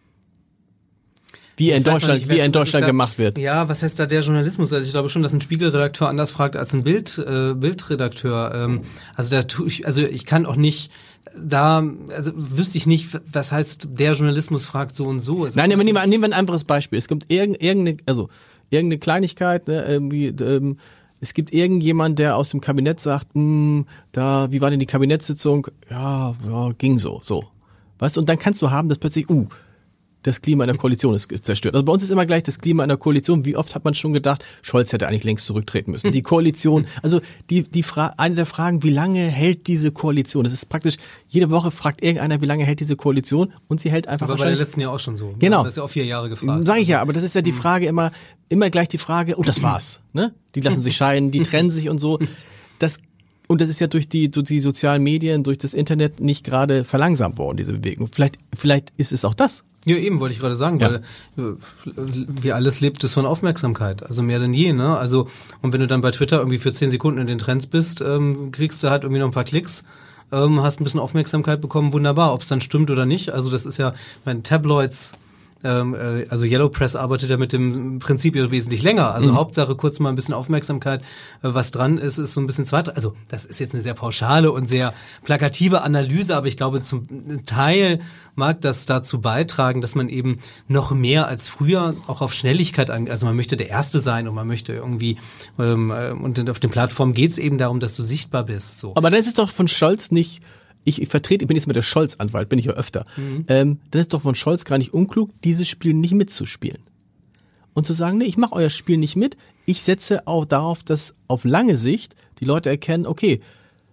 Wie er in Deutschland, nicht, wie er in Deutschland da, gemacht wird. Ja, was heißt da der Journalismus? Also ich glaube schon, dass ein Spiegelredakteur anders fragt als ein Bild, äh, Bildredakteur. Ähm, also da tue ich, also ich kann auch nicht da, also wüsste ich nicht, was heißt, der Journalismus fragt so und so. Es Nein, nehmen wir, nehmen wir ein anderes Beispiel. Es gibt irgendeine, also irgendeine Kleinigkeit, ne, irgendwie, ähm, es gibt irgendjemand, der aus dem Kabinett sagt, mh, da, wie war denn die Kabinettssitzung? Ja, ja, ging so, so. Weißt du, und dann kannst du haben, dass plötzlich, uh, das Klima in der Koalition ist zerstört. Also bei uns ist immer gleich das Klima in der Koalition. Wie oft hat man schon gedacht, Scholz hätte eigentlich längst zurücktreten müssen. Die Koalition, also die die Fra- eine der Fragen, wie lange hält diese Koalition? Das ist praktisch, jede Woche fragt irgendeiner, wie lange hält diese Koalition, und sie hält einfach war bei der wahrscheinlich... letzten Jahr auch schon so. Genau. Das ist ja auch vier Jahre gefragt. Sag ich ja, aber das ist ja die Frage immer, immer gleich die Frage, oh, das war's. Ne? Die lassen sich scheiden, die trennen sich und so. Das Und das ist ja durch die, durch die sozialen Medien, durch das Internet nicht gerade verlangsamt worden, diese Bewegung. Vielleicht, vielleicht ist es auch das. Ja, eben, wollte ich gerade sagen, Ja. weil äh, wie alles lebt es von Aufmerksamkeit, also mehr denn je, ne? Also, und wenn du dann bei Twitter irgendwie für zehn Sekunden in den Trends bist, ähm, kriegst du halt irgendwie noch ein paar Klicks, ähm, hast ein bisschen Aufmerksamkeit bekommen, wunderbar, ob es dann stimmt oder nicht. Also das ist ja, meine Tabloids, ähm, äh, also Yellow Press arbeitet ja mit dem Prinzip ja wesentlich länger. Also mhm. Hauptsache kurz mal ein bisschen Aufmerksamkeit, äh, was dran ist, ist so ein bisschen zweit. Also das ist jetzt eine sehr pauschale und sehr plakative Analyse, aber ich glaube, zum Teil mag das dazu beitragen, dass man eben noch mehr als früher auch auf Schnelligkeit an, also man möchte der Erste sein und man möchte irgendwie, ähm, und auf den Plattformen geht es eben darum, dass du sichtbar bist. So. Aber dann ist es doch von Scholz nicht, ich, ich vertrete, ich bin jetzt mit der Scholz-Anwalt, bin ich ja öfter, mhm. ähm, dann ist doch von Scholz gar nicht unklug, dieses Spiel nicht mitzuspielen. Und zu sagen, nee, ich mache euer Spiel nicht mit, ich setze auch darauf, dass auf lange Sicht die Leute erkennen, okay,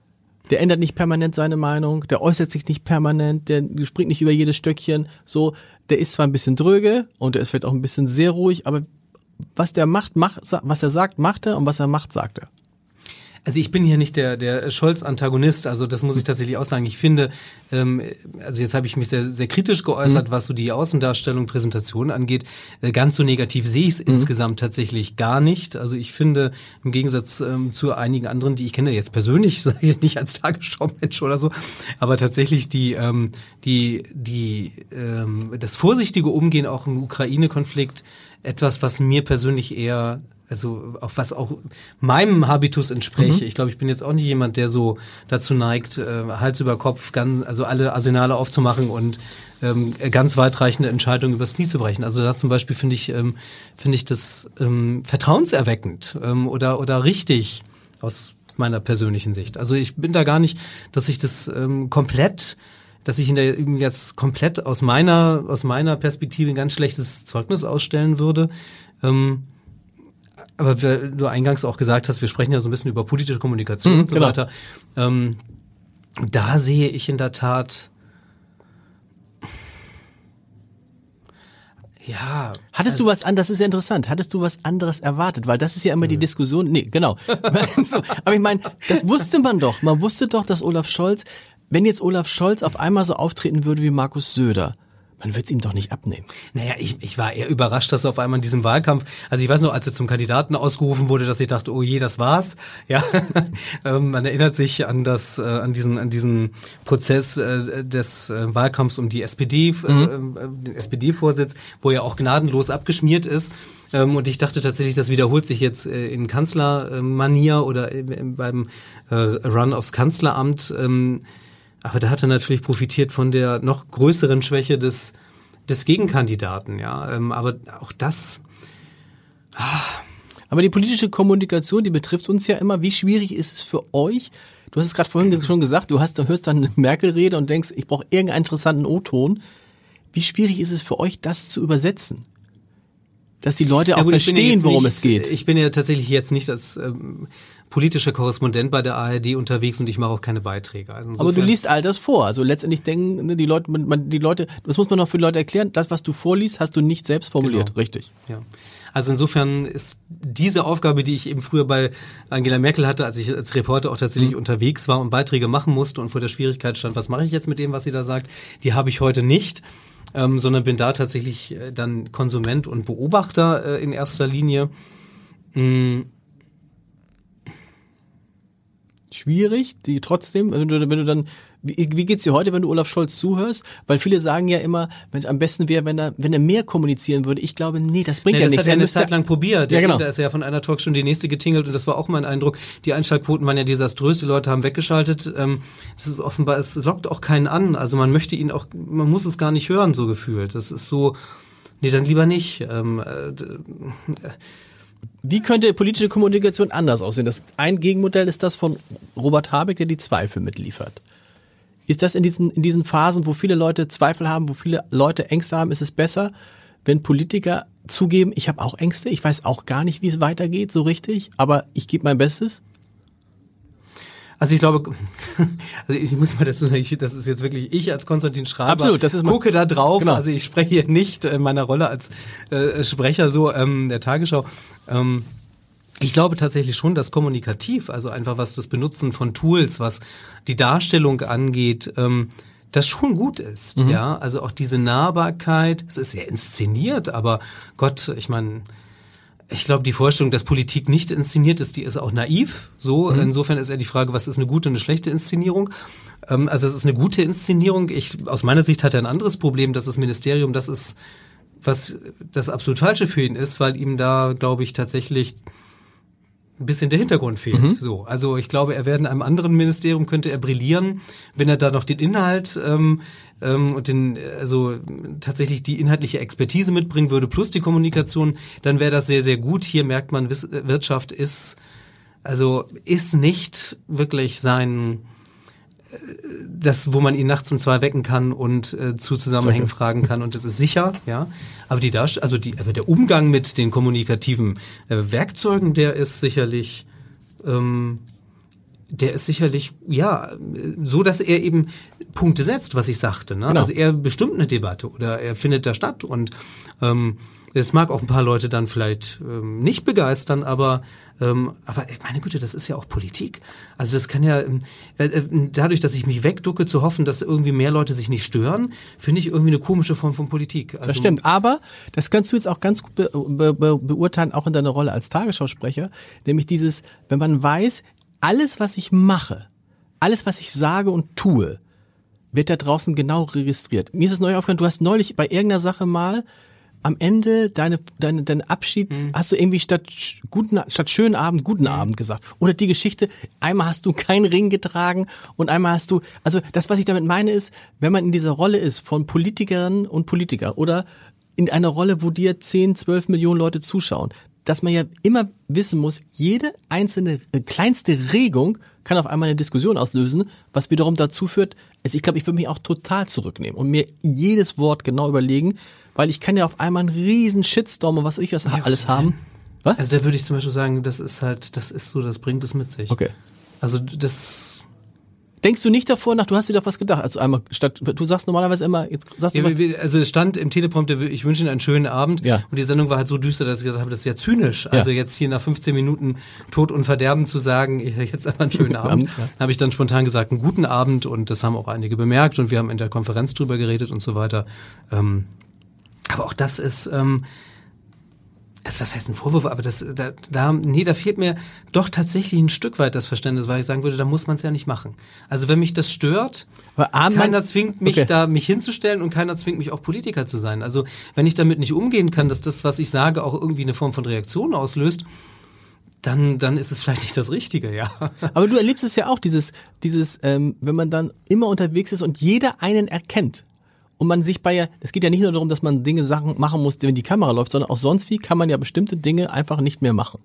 Der ändert nicht permanent seine Meinung, der äußert sich nicht permanent, der springt nicht über jedes Stöckchen. So, der ist zwar ein bisschen dröge und der ist vielleicht auch ein bisschen sehr ruhig, aber was der macht, macht, was er sagt, macht er und was er macht, sagt er. Also ich bin hier nicht der der Scholz-Antagonist, also das muss ich tatsächlich auch sagen. Ich finde, ähm, also jetzt habe ich mich sehr sehr kritisch geäußert, mhm. was so die Außendarstellung, Präsentation angeht. Äh, ganz so negativ sehe ich es mhm. insgesamt tatsächlich gar nicht. Also ich finde, im Gegensatz ähm, zu einigen anderen, die ich kenne jetzt persönlich, sage ich nicht als Tagesschau-Mensch oder so, aber tatsächlich die ähm, die die ähm, das vorsichtige Umgehen auch im Ukraine-Konflikt, etwas, was mir persönlich eher, also auch was auch meinem Habitus entspräche. Mhm. Ich glaube, ich bin jetzt auch nicht jemand, der so dazu neigt, äh, Hals über Kopf, ganz, also alle Arsenale aufzumachen und ähm, ganz weitreichende Entscheidungen übers Knie zu brechen. Also da zum Beispiel finde ich, ähm, finde ich das ähm, vertrauenserweckend ähm, oder oder richtig aus meiner persönlichen Sicht. Also ich bin da gar nicht, dass ich das ähm, komplett dass ich ihn da jetzt komplett aus meiner aus meiner Perspektive ein ganz schlechtes Zeugnis ausstellen würde. Ähm, aber wie du eingangs auch gesagt hast, wir sprechen ja so ein bisschen über politische Kommunikation mhm, und so genau. weiter. Ähm, da sehe ich in der Tat, ja. Hattest also, du was anderes, das ist ja interessant, hattest du was anderes erwartet? Weil das ist ja immer die Diskussion, nee, genau. so, aber ich meine, das wusste man doch. Man wusste doch, dass Olaf Scholz, wenn jetzt Olaf Scholz auf einmal so auftreten würde wie Markus Söder, man wird es ihm doch nicht abnehmen. Naja, ich, ich war eher überrascht, dass er auf einmal in diesem Wahlkampf, also ich weiß noch, als er zum Kandidaten ausgerufen wurde, dass ich dachte, oh je, das war's. Ja, ähm, man erinnert sich an das, äh, an diesen, an diesen Prozess äh, des äh, Wahlkampfs um die S P D, mhm. äh, den S P D-Vorsitz, wo er auch gnadenlos abgeschmiert ist. Ähm, und ich dachte tatsächlich, das wiederholt sich jetzt äh, in Kanzlermanier oder äh, beim äh, Run aufs Kanzleramt. Ähm, Aber da hat er natürlich profitiert von der noch größeren Schwäche des des Gegenkandidaten, ja. Ähm, aber auch das. Ah. Aber die politische Kommunikation, die betrifft uns ja immer. Wie schwierig ist es für euch? Du hast es gerade vorhin schon gesagt. Du hast, du hörst dann eine Merkel-Rede und denkst, ich brauche irgendeinen interessanten O-Ton. Wie schwierig ist es für euch, das zu übersetzen? Dass die Leute ja, auch gut, verstehen, worum nicht, es geht. Ich bin ja tatsächlich jetzt nicht als ähm, politischer Korrespondent bei der A R D unterwegs und ich mache auch keine Beiträge. Also aber du liest all das vor. Also letztendlich denken die Leute, man, die Leute, das muss man noch für die Leute erklären, das, was du vorliest, hast du nicht selbst formuliert. Genau. Richtig. Ja. Also insofern ist diese Aufgabe, die ich eben früher bei Angela Merkel hatte, als ich als Reporter auch tatsächlich mhm. unterwegs war und Beiträge machen musste und vor der Schwierigkeit stand, was mache ich jetzt mit dem, was sie da sagt, die habe ich heute nicht. Ähm, sondern bin da tatsächlich äh, dann Konsument und Beobachter äh, in erster Linie. Mm. Schwierig, die trotzdem, wenn du, wenn du dann, wie, wie geht's dir heute, wenn du Olaf Scholz zuhörst? Weil viele sagen ja immer, wenn am besten wäre, wenn er, wenn er mehr kommunizieren würde. Ich glaube, nee, das bringt nee, ja das nichts. Das hat er eine Zeit lang probiert. Ja, genau. Da ist er ja von einer Talkshow in die nächste getingelt und das war auch mein Eindruck. Die Einschaltquoten waren ja desaströs, die Leute haben weggeschaltet. Ähm, das ist offenbar, es lockt auch keinen an. Also man möchte ihn auch, man muss es gar nicht hören, so gefühlt. Das ist so, nee, dann lieber nicht. Ähm, äh, Wie könnte politische Kommunikation anders aussehen? Das ein Gegenmodell ist das von Robert Habeck, der die Zweifel mitliefert. Ist das in diesen, in diesen Phasen, wo viele Leute Zweifel haben, wo viele Leute Ängste haben, ist es besser, wenn Politiker zugeben, ich habe auch Ängste, ich weiß auch gar nicht, wie es weitergeht, so richtig, aber ich gebe mein Bestes? Also ich glaube, also ich muss mal dazu sagen, das ist jetzt wirklich ich als Konstantin Schreiber. Absolut, das ist mal, gucke da drauf. Genau. Also ich spreche hier nicht in meiner Rolle als äh, Sprecher so ähm, der Tagesschau. Ähm, ich glaube tatsächlich schon, dass kommunikativ, also einfach was das Benutzen von Tools, was die Darstellung angeht, ähm, das schon gut ist. Mhm. Ja, also auch diese Nahbarkeit. Es ist sehr inszeniert, aber Gott, ich meine. Ich glaube, die Vorstellung, dass Politik nicht inszeniert ist, die ist auch naiv. So, mhm. Insofern ist eher die Frage, was ist eine gute und eine schlechte Inszenierung? Ähm, also es ist eine gute Inszenierung. Ich, aus meiner Sicht hat er ein anderes Problem, dass das Ministerium, das ist, was das absolut Falsche für ihn ist, weil ihm da, glaube ich, tatsächlich ein bisschen der Hintergrund fehlt. Mhm. So, also ich glaube, er wäre in einem anderen Ministerium, könnte er brillieren, wenn er da noch den Inhalt ähm, ähm, und den, also tatsächlich die inhaltliche Expertise mitbringen würde, plus die Kommunikation, dann wäre das sehr, sehr gut. Hier merkt man, Wirtschaft ist, also ist nicht wirklich sein, das, wo man ihn nachts um zwei wecken kann und äh, zu Zusammenhängen okay. fragen kann und das ist sicher, ja. Aber die Darst- also die, aber der Umgang mit den kommunikativen äh, Werkzeugen, der ist sicherlich ähm, Der ist sicherlich, ja, so, dass er eben Punkte setzt, was ich sagte. Ne? Genau. Also er bestimmt eine Debatte oder er findet da statt und ähm, es mag auch ein paar Leute dann vielleicht ähm, nicht begeistern, aber ähm, aber meine Güte, das ist ja auch Politik. Also das kann ja, äh, äh, dadurch, dass ich mich wegducke, zu hoffen, dass irgendwie mehr Leute sich nicht stören, finde ich irgendwie eine komische Form von Politik. Also, das stimmt, aber das kannst du jetzt auch ganz gut be be be beurteilen, auch in deiner Rolle als Tagesschausprecher, nämlich dieses, wenn man weiß, alles, was ich mache, alles, was ich sage und tue, wird da draußen genau registriert. Mir ist es neu aufgefallen, du hast neulich bei irgendeiner Sache mal am Ende deine, deine, deinen Abschied, mhm. hast du irgendwie statt guten, statt schönen Abend, guten mhm. Abend gesagt. Oder die Geschichte, einmal hast du keinen Ring getragen und einmal hast du, also das, was ich damit meine ist, wenn man in dieser Rolle ist von Politikerinnen und Politiker oder in einer Rolle, wo dir zehn, zwölf Millionen Leute zuschauen, dass man ja immer wissen muss, jede einzelne, äh, kleinste Regung kann auf einmal eine Diskussion auslösen, was wiederum dazu führt, also ich glaube, ich würde mich auch total zurücknehmen und mir jedes Wort genau überlegen, weil ich kann ja auf einmal einen riesen Shitstorm und was weiß ich was ja, alles haben. Was? Also da würde ich zum Beispiel sagen, das ist halt, das ist so, das bringt es mit sich. Okay. Also das... Denkst du nicht davor nach, du hast dir doch was gedacht, also einmal statt, du sagst normalerweise immer, jetzt sagst du ja, mal, also es stand im Teleprompter, ich wünsche Ihnen einen schönen Abend ja. und die Sendung war halt so düster, dass ich gesagt habe, das ist ja zynisch, also ja. jetzt hier nach fünfzehn Minuten Tod und Verderben zu sagen, jetzt einfach einen schönen Abend, ja. habe ich dann spontan gesagt, einen guten Abend und das haben auch einige bemerkt und wir haben in der Konferenz drüber geredet und so weiter. Ähm, aber auch das ist... Ähm, Also was heißt ein Vorwurf, aber das, da, da, nee, da fehlt mir doch tatsächlich ein Stück weit das Verständnis, weil ich sagen würde, da muss man es ja nicht machen. Also wenn mich das stört, keiner zwingt mich okay. da, mich hinzustellen und keiner zwingt mich auch Politiker zu sein. Also wenn ich damit nicht umgehen kann, dass das, was ich sage, auch irgendwie eine Form von Reaktion auslöst, dann, dann ist es vielleicht nicht das Richtige, ja. Aber du erlebst es ja auch, dieses, dieses, ähm, wenn man dann immer unterwegs ist und jeder einen erkennt. Und man sich bei, es geht ja nicht nur darum, dass man Dinge, Sachen machen muss, wenn die Kamera läuft, sondern auch sonst wie kann man ja bestimmte Dinge einfach nicht mehr machen.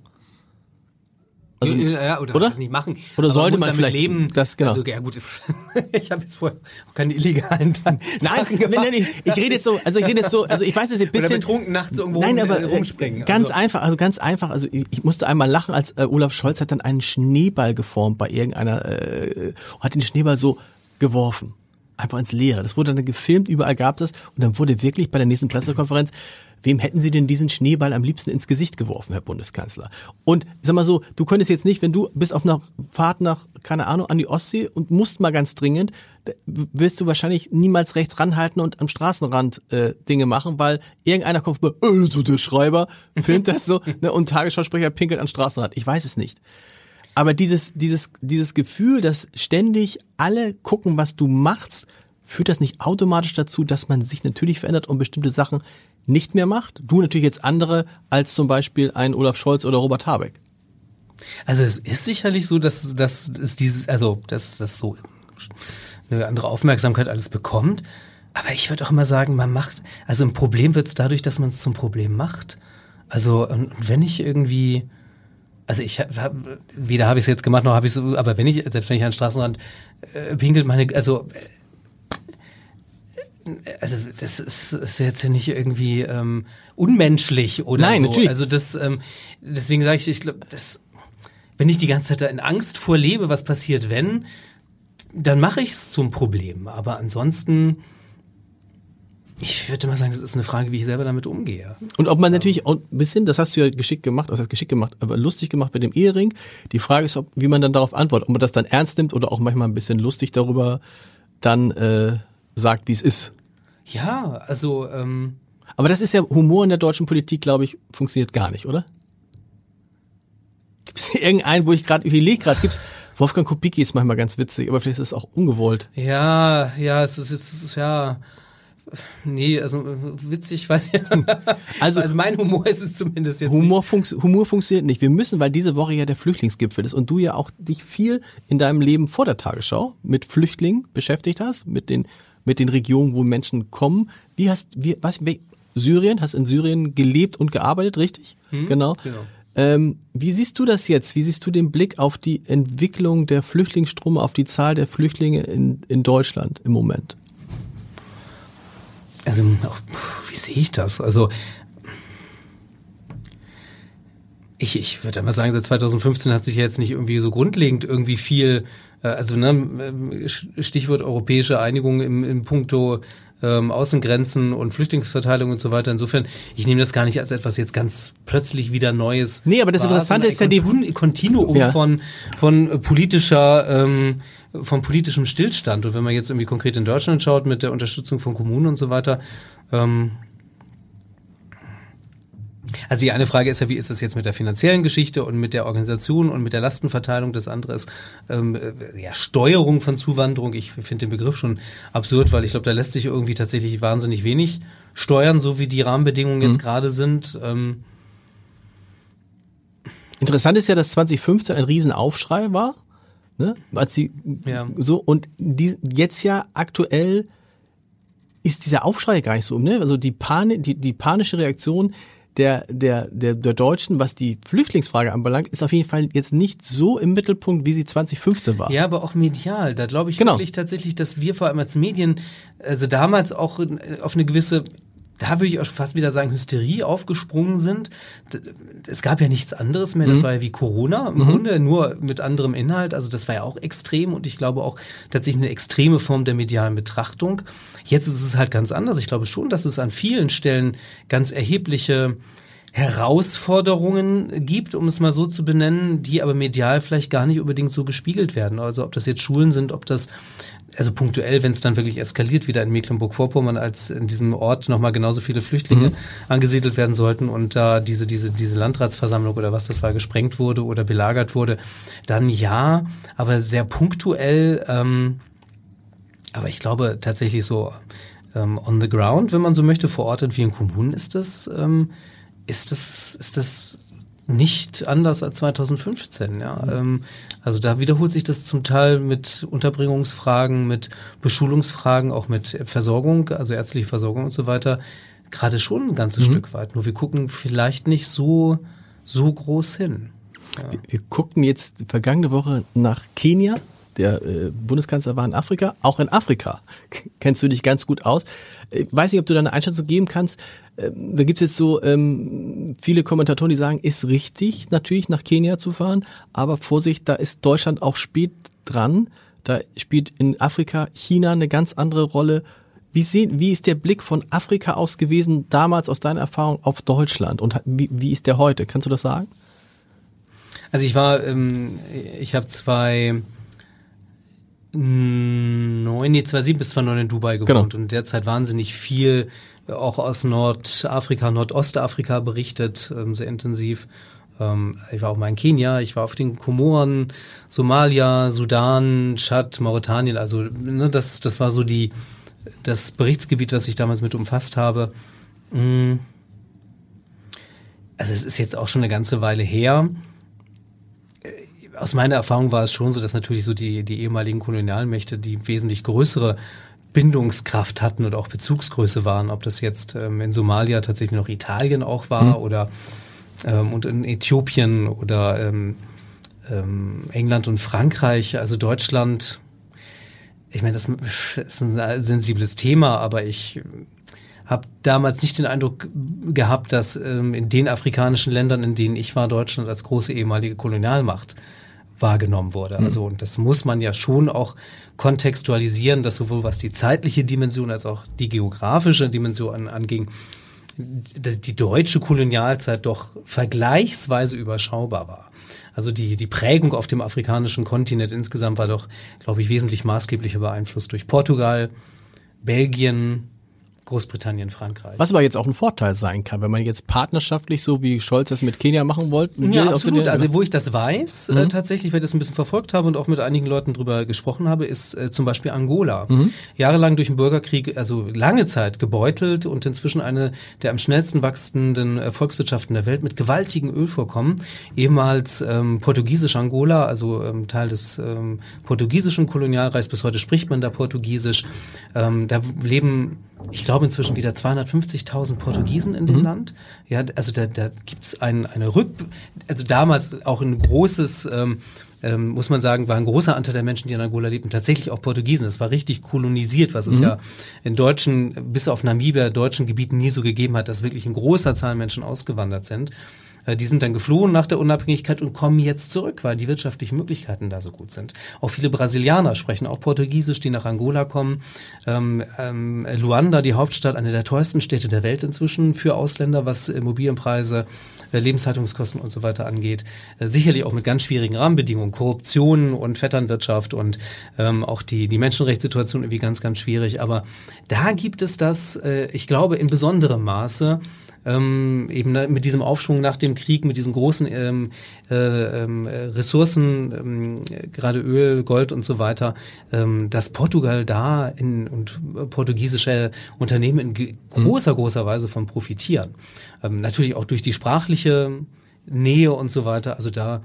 Also, ja, oder, oder? Das nicht machen. Oder aber sollte man, man vielleicht leben. Das, genau. Also, ja gut, ich habe jetzt vorher auch keine illegalen Nein, nein, nein, ich, ich rede jetzt so, also ich rede jetzt so, also ich weiß, dass ich ein bisschen... Oder betrunken nachts irgendwo nein, rum, aber, äh, rumspringen. Ganz also. einfach, also ganz einfach, also ich, ich musste einmal lachen, als äh, Olaf Scholz hat dann einen Schneeball geformt bei irgendeiner, äh, hat den Schneeball so geworfen. Einfach ins Leere. Das wurde dann gefilmt, überall gab es das und dann wurde wirklich bei der nächsten Pressekonferenz, wem hätten Sie denn diesen Schneeball am liebsten ins Gesicht geworfen, Herr Bundeskanzler? Und sag mal so, du könntest jetzt nicht, wenn du bist auf einer Fahrt nach, keine Ahnung, an die Ostsee und musst mal ganz dringend, wirst du wahrscheinlich niemals rechts ranhalten und am Straßenrand äh, Dinge machen, weil irgendeiner kommt, äh, so der Schreiber, filmt das so ne, und Tagesschausprecher pinkelt an Straßenrand. Ich weiß es nicht. Aber dieses, dieses, dieses Gefühl, dass ständig alle gucken, was du machst, führt das nicht automatisch dazu, dass man sich natürlich verändert und bestimmte Sachen nicht mehr macht? Du natürlich jetzt andere als zum Beispiel ein Olaf Scholz oder Robert Habeck. Also es ist sicherlich so, dass, dass es dieses, also dass das so eine andere Aufmerksamkeit alles bekommt. Aber ich würde auch immer sagen, man macht, also ein Problem wird es dadurch, dass man es zum Problem macht. Also und wenn ich irgendwie Also ich habe, weder habe ich es jetzt gemacht, noch habe ich es, aber wenn ich, selbst wenn ich an den Straßenrand äh, pinkelt, meine, also, äh, also das ist, ist jetzt nicht irgendwie ähm, unmenschlich oder Nein, so. Natürlich. Also das, ähm, deswegen sage ich, ich glaube, das, wenn ich die ganze Zeit da in Angst vorlebe, was passiert, wenn, dann mache ich es zum Problem. Aber ansonsten, ich würde mal sagen, das ist eine Frage, wie ich selber damit umgehe. Und ob man natürlich auch ein bisschen, das hast du ja geschickt gemacht, was heißt geschickt gemacht, aber lustig gemacht mit dem Ehering. Die Frage ist, ob, wie man dann darauf antwortet, ob man das dann ernst nimmt oder auch manchmal ein bisschen lustig darüber dann äh, sagt, wie es ist. Ja, also ähm aber das ist ja Humor in der deutschen Politik, glaube ich, funktioniert gar nicht, oder? Gibt es irgendeinen, wo ich gerade überlege, gerade gibt's Wolfgang Kubicki ist manchmal ganz witzig, aber vielleicht ist es auch ungewollt. Ja, ja, es ist jetzt, ja, nee, also witzig, weiß ich also, also mein Humor ist es zumindest jetzt Humor, funks- Humor funktioniert nicht. Wir müssen, weil diese Woche ja der Flüchtlingsgipfel ist und du ja auch dich viel in deinem Leben vor der Tagesschau mit Flüchtlingen beschäftigt hast, mit den mit den Regionen, wo Menschen kommen. Wie hast, wie, was, wie, Syrien, hast in Syrien gelebt und gearbeitet, richtig? Hm, genau. genau. Ähm, wie siehst du das jetzt? Wie siehst du den Blick auf die Entwicklung der Flüchtlingsströme, auf die Zahl der Flüchtlinge in, in Deutschland im Moment? Also, wie sehe ich das? Also, Ich, ich würde mal sagen, seit zweitausendfünfzehn hat sich ja jetzt nicht irgendwie so grundlegend irgendwie viel, äh, also ne, Stichwort europäische Einigung im, im Puncto ähm, Außengrenzen und Flüchtlingsverteilung und so weiter. Insofern, ich nehme das gar nicht als etwas jetzt ganz plötzlich wieder Neues. Nee, aber das Interessante ist ja die Kontinuum ja. von von politischer ähm, von politischem Stillstand. Und wenn man jetzt irgendwie konkret in Deutschland schaut mit der Unterstützung von Kommunen und so weiter, ähm, also die eine Frage ist ja, wie ist das jetzt mit der finanziellen Geschichte und mit der Organisation und mit der Lastenverteilung? Das andere ist ähm, ja, Steuerung von Zuwanderung. Ich finde den Begriff schon absurd, weil ich glaube, da lässt sich irgendwie tatsächlich wahnsinnig wenig steuern, so wie die Rahmenbedingungen mhm. jetzt gerade sind. Ähm Interessant ist ja, dass zwanzig fünfzehn ein Riesenaufschrei war, ne? Als sie ja. so und die, jetzt ja aktuell ist dieser Aufschrei gar nicht so, ne? Also die, Pan- die, die panische Reaktion Der, der, der, der Deutschen, was die Flüchtlingsfrage anbelangt, ist auf jeden Fall jetzt nicht so im Mittelpunkt, wie sie zwanzig fünfzehn war. Ja, aber auch medial. Da glaube ich genau. wirklich tatsächlich, dass wir vor allem als Medien, also damals auch auf eine gewisse, da würde ich auch fast wieder sagen, Hysterie aufgesprungen sind. Es gab ja nichts anderes mehr. Das mhm. war ja wie Corona im mhm. Grunde, nur mit anderem Inhalt. Also das war ja auch extrem und ich glaube auch tatsächlich eine extreme Form der medialen Betrachtung. Jetzt ist es halt ganz anders. Ich glaube schon, dass es an vielen Stellen ganz erhebliche Herausforderungen gibt, um es mal so zu benennen, die aber medial vielleicht gar nicht unbedingt so gespiegelt werden. Also ob das jetzt Schulen sind, ob das, also punktuell, wenn es dann wirklich eskaliert, wieder in Mecklenburg-Vorpommern, als in diesem Ort nochmal genauso viele Flüchtlinge mhm. angesiedelt werden sollten und da äh, diese, diese, diese Landratsversammlung oder was das war, gesprengt wurde oder belagert wurde, dann ja, aber sehr punktuell, ähm, aber ich glaube tatsächlich so ähm, on the ground, wenn man so möchte, vor Ort in vielen Kommunen ist das, ähm, ist das, ist das nicht anders als zweitausendfünfzehn, ja. Mhm. Ähm, also da wiederholt sich das zum Teil mit Unterbringungsfragen, mit Beschulungsfragen, auch mit Versorgung, also ärztliche Versorgung und so weiter, gerade schon ein ganzes mhm. Stück weit. Nur wir gucken vielleicht nicht so, so groß hin. Ja. Wir, wir guckten jetzt vergangene Woche nach Kenia. Der äh, Bundeskanzler war in Afrika, auch in Afrika kennst du dich ganz gut aus. Ich weiß nicht, ob du da eine Einschätzung geben kannst. Ähm, da gibt es jetzt so ähm, viele Kommentatoren, die sagen, ist richtig, natürlich nach Kenia zu fahren, aber Vorsicht, da ist Deutschland auch spät dran. Da spielt in Afrika China eine ganz andere Rolle. Wie, sehen, wie ist der Blick von Afrika aus gewesen, damals aus deiner Erfahrung auf Deutschland und wie, wie ist der heute? Kannst du das sagen? Also ich war, ähm, ich habe zwei... Neun, nee, zweitausendsieben bis zweitausendneun in Dubai gewohnt genau. und derzeit wahnsinnig viel auch aus Nordafrika, Nordostafrika berichtet, ähm, sehr intensiv. Ähm, ich war auch mal in Kenia, ich war auf den Komoren, Somalia, Sudan, Tschad, Mauretanien, also ne, das, das war so die das Berichtsgebiet, was ich damals mit umfasst habe. Mm. Also es ist jetzt auch schon eine ganze Weile her. Aus meiner Erfahrung war es schon so, dass natürlich so die, die ehemaligen Kolonialmächte die wesentlich größere Bindungskraft hatten und auch Bezugsgröße waren. Ob das jetzt ähm, in Somalia tatsächlich noch Italien auch war mhm. oder ähm, und in Äthiopien oder ähm, ähm, England und Frankreich, also Deutschland. Ich meine, das ist ein sensibles Thema, aber ich habe damals nicht den Eindruck gehabt, dass ähm, in den afrikanischen Ländern, in denen ich war, Deutschland als große ehemalige Kolonialmacht wahrgenommen wurde. Also und das muss man ja schon auch kontextualisieren, dass sowohl was die zeitliche Dimension als auch die geografische Dimension anging, die deutsche Kolonialzeit doch vergleichsweise überschaubar war. Also die die Prägung auf dem afrikanischen Kontinent insgesamt war doch, glaube ich, wesentlich maßgeblicher beeinflusst durch Portugal, Belgien, Großbritannien, Frankreich. Was aber jetzt auch ein Vorteil sein kann, wenn man jetzt partnerschaftlich, so wie Scholz das mit Kenia machen wollte. Ja, absolut. Also wo ich das weiß, mhm. äh, tatsächlich, weil ich das ein bisschen verfolgt habe und auch mit einigen Leuten drüber gesprochen habe, ist äh, zum Beispiel Angola. Mhm. Jahrelang durch den Bürgerkrieg, also lange Zeit gebeutelt und inzwischen eine der am schnellsten wachsenden äh, Volkswirtschaften der Welt mit gewaltigen Ölvorkommen. Ehemals ähm, portugiesisch Angola, also ähm, Teil des ähm, portugiesischen Kolonialreichs. Bis heute spricht man da Portugiesisch. Ähm, da leben, ich glaube, inzwischen wieder zweihundertfünfzigtausend Portugiesen in dem mhm. Land. Ja, also da, da gibt's ein, eine Rück, also damals auch ein großes ähm, ähm, muss man sagen, war ein großer Anteil der Menschen, die in Angola lebten, tatsächlich auch Portugiesen. Es war richtig kolonisiert, was es mhm. ja in deutschen, bis auf Namibia, deutschen Gebieten nie so gegeben hat, dass wirklich in großer Zahl Menschen ausgewandert sind. Die sind dann geflohen nach der Unabhängigkeit und kommen jetzt zurück, weil die wirtschaftlichen Möglichkeiten da so gut sind. Auch viele Brasilianer sprechen auch Portugiesisch, die nach Angola kommen. Ähm, ähm, Luanda, die Hauptstadt, eine der teuersten Städte der Welt inzwischen für Ausländer, was Immobilienpreise, äh, Lebenshaltungskosten und so weiter angeht. Äh, sicherlich auch mit ganz schwierigen Rahmenbedingungen, Korruption und Vetternwirtschaft und ähm, auch die, die Menschenrechtssituation irgendwie ganz, ganz schwierig. Aber da gibt es das, äh, ich glaube, in besonderem Maße, Ähm, eben mit diesem Aufschwung nach dem Krieg, mit diesen großen ähm, äh, ähm, Ressourcen, ähm, gerade Öl, Gold und so weiter, ähm, dass Portugal da in, und portugiesische Unternehmen in g- großer, großer Weise von profitieren. Ähm, natürlich auch durch die sprachliche Nähe und so weiter. Also da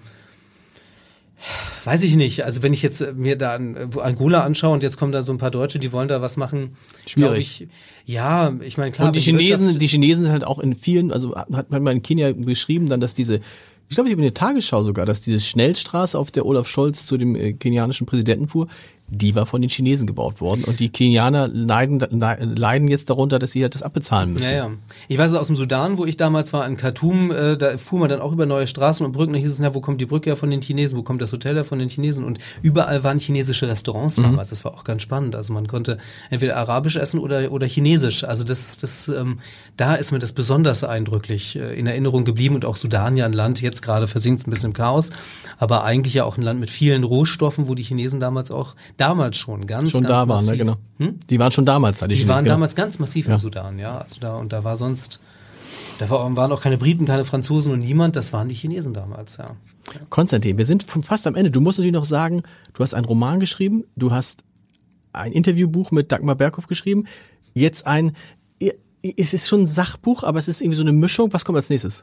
weiß ich nicht. Also wenn ich jetzt mir da Angola anschaue und jetzt kommen da so ein paar Deutsche, die wollen da was machen. Schwierig. Ich, ja, ich meine, klar. Und die Chinesen, die Chinesen sind halt auch in vielen, also hat man in Kenia beschrieben dann, dass diese, ich glaube, ich habe in der Tagesschau sogar, dass diese Schnellstraße, auf der Olaf Scholz zu dem äh, kenianischen Präsidenten fuhr, die war von den Chinesen gebaut worden und die Kenianer leiden, leiden jetzt darunter, dass sie halt das abbezahlen müssen. Ja, ja. Ich weiß aus dem Sudan, wo ich damals war, in Khartoum, äh, da fuhr man dann auch über neue Straßen und Brücken, da hieß es, na, wo kommt die Brücke her von den Chinesen, wo kommt das Hotel her von den Chinesen und überall waren chinesische Restaurants damals, mhm. das war auch ganz spannend, also man konnte entweder arabisch essen oder oder chinesisch, also das, das ähm, da ist mir das besonders eindrücklich äh, in Erinnerung geblieben und auch Sudan ja ein Land, jetzt gerade versinkt es ein bisschen im Chaos, aber eigentlich ja auch ein Land mit vielen Rohstoffen, wo die Chinesen damals auch damals schon ganz, schon ganz da waren, massiv. Ne, genau. Hm? Die waren schon damals da. Die, die waren genau. damals ganz massiv ja. im Sudan, ja. Also da und da war sonst, da waren auch keine Briten, keine Franzosen und niemand. Das waren die Chinesen damals, ja. Konstantin, wir sind fast am Ende. Du musst natürlich noch sagen, du hast einen Roman geschrieben, du hast ein Interviewbuch mit Dagmar Berghoff geschrieben, jetzt ein, es ist schon ein Sachbuch, aber es ist irgendwie so eine Mischung. Was kommt als nächstes?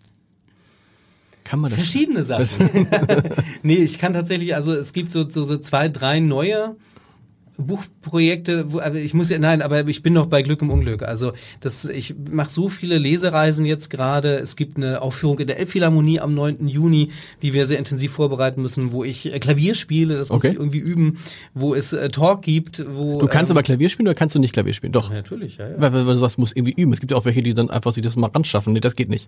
Kann man das? Verschiedene Sachen. Nee, ich kann tatsächlich, also es gibt so, so, so zwei, drei neue Buchprojekte, wo, aber ich muss ja, nein, aber ich bin noch bei Glück im Unglück. Also das, ich mache so viele Lesereisen jetzt gerade. Es gibt eine Aufführung in der Elbphilharmonie am neunten Juni, die wir sehr intensiv vorbereiten müssen, wo ich äh, Klavier spiele, das muss okay. ich irgendwie üben, wo es äh, Talk gibt, wo du kannst ähm, aber Klavier spielen oder kannst du nicht Klavier spielen? Doch. Ja, natürlich, ja, ja. Weil, weil sowas muss irgendwie üben. Es gibt ja auch welche, die dann einfach sich das mal ranschaffen. Nee, das geht nicht.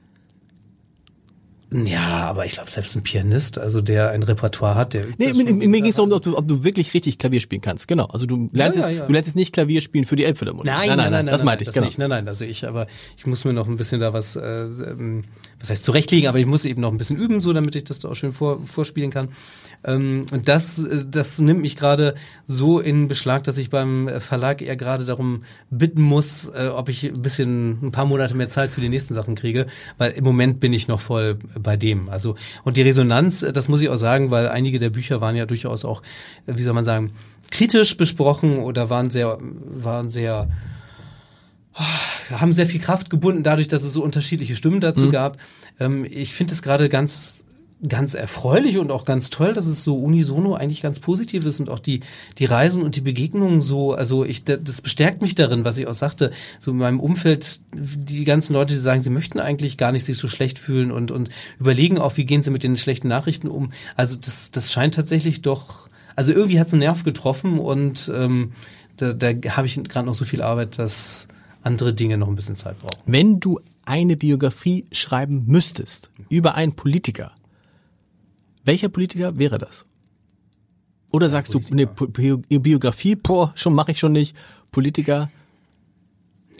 Ja, aber ich glaube, selbst ein Pianist, also der ein Repertoire hat, der... Nee, mir, mir ging es darum, ob du, ob du wirklich richtig Klavier spielen kannst. Genau, also du lernst, ja, ja, ja. Jetzt, du lernst jetzt nicht Klavier spielen für die Elbphilharmonie. Nein, nein, nein, nein, das nein, meinte ich, das genau. Nicht, nein, nein, also ich, aber ich muss mir noch ein bisschen da was, äh, ähm, was heißt zurechtlegen, aber ich muss eben noch ein bisschen üben, so damit ich das da auch schön vor, vorspielen kann. Ähm, und das, das nimmt mich gerade so in Beschlag, dass ich beim Verlag eher gerade darum bitten muss, äh, ob ich ein bisschen, ein paar Monate mehr Zeit für die nächsten Sachen kriege, weil im Moment bin ich noch voll bei dem. Also und die Resonanz, das muss ich auch sagen, weil einige der Bücher waren ja durchaus auch, wie soll man sagen, kritisch besprochen oder waren sehr, waren sehr, haben sehr viel Kraft gebunden dadurch, dass es so unterschiedliche Stimmen dazu mhm. gab. Ähm, ich finde es gerade ganz, ganz erfreulich und auch ganz toll, dass es so unisono eigentlich ganz positiv ist und auch die, die Reisen und die Begegnungen so, also ich, das bestärkt mich darin, was ich auch sagte, so in meinem Umfeld, die ganzen Leute, die sagen, sie möchten eigentlich gar nicht sich so schlecht fühlen und, und überlegen auch, wie gehen sie mit den schlechten Nachrichten um. Also das, das scheint tatsächlich doch, also irgendwie hat es einen Nerv getroffen und ähm, da, da habe ich gerade noch so viel Arbeit, dass andere Dinge noch ein bisschen Zeit brauchen. Wenn du eine Biografie schreiben müsstest über einen Politiker, welcher Politiker wäre das? Oder sagst ja, du, ne, Bi- Biografie, boah, schon mache ich schon nicht. Politiker? Nee.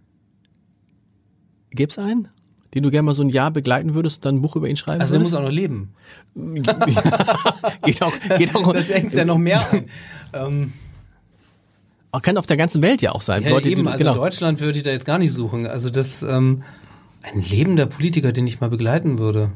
Gäb's einen, den du gerne mal so ein Jahr begleiten würdest und dann ein Buch über ihn schreiben also würdest? Also der muss auch noch leben. geht auch, geht auch. Das hängt ja noch mehr an. ähm, Kann auf der ganzen Welt ja auch sein. Ja, Leute, eben, die, also genau. in Deutschland würde ich da jetzt gar nicht suchen. Also das, ähm, ein lebender Politiker, den ich mal begleiten würde.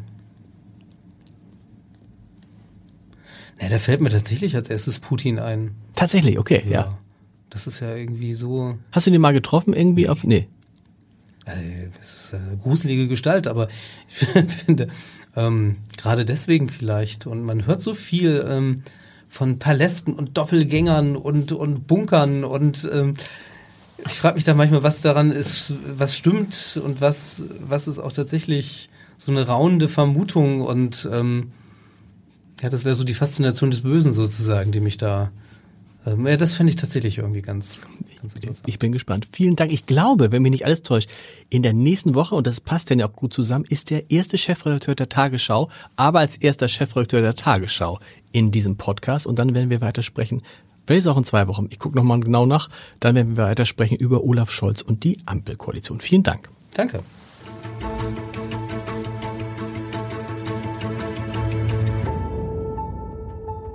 Na, da fällt mir tatsächlich als erstes Putin ein. Tatsächlich, okay, ja. ja. Das ist ja irgendwie so... Hast du den mal getroffen irgendwie? Nee. Auf, nee. Äh, das ist eine gruselige Gestalt, aber ich finde, ähm, gerade deswegen vielleicht. Und man hört so viel ähm, von Palästen und Doppelgängern und, und Bunkern und ähm, ich frage mich da manchmal, was daran ist, was stimmt und was, was ist auch tatsächlich so eine raunende Vermutung und ähm, Ja, das wäre so die Faszination des Bösen sozusagen, die mich da... Ähm, ja, das fände ich tatsächlich irgendwie ganz, ganz interessant. Ich bin gespannt. Vielen Dank. Ich glaube, wenn mich nicht alles täuscht, in der nächsten Woche, und das passt dann ja auch gut zusammen, ist der erste Chefredakteur der Tagesschau, aber als erster Chefredakteur der Tagesschau in diesem Podcast. Und dann werden wir weitersprechen, vielleicht auch in zwei Wochen, ich gucke nochmal genau nach, dann werden wir weitersprechen über Olaf Scholz und die Ampelkoalition. Vielen Dank. Danke.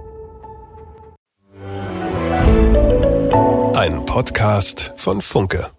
Ein Podcast von Funke.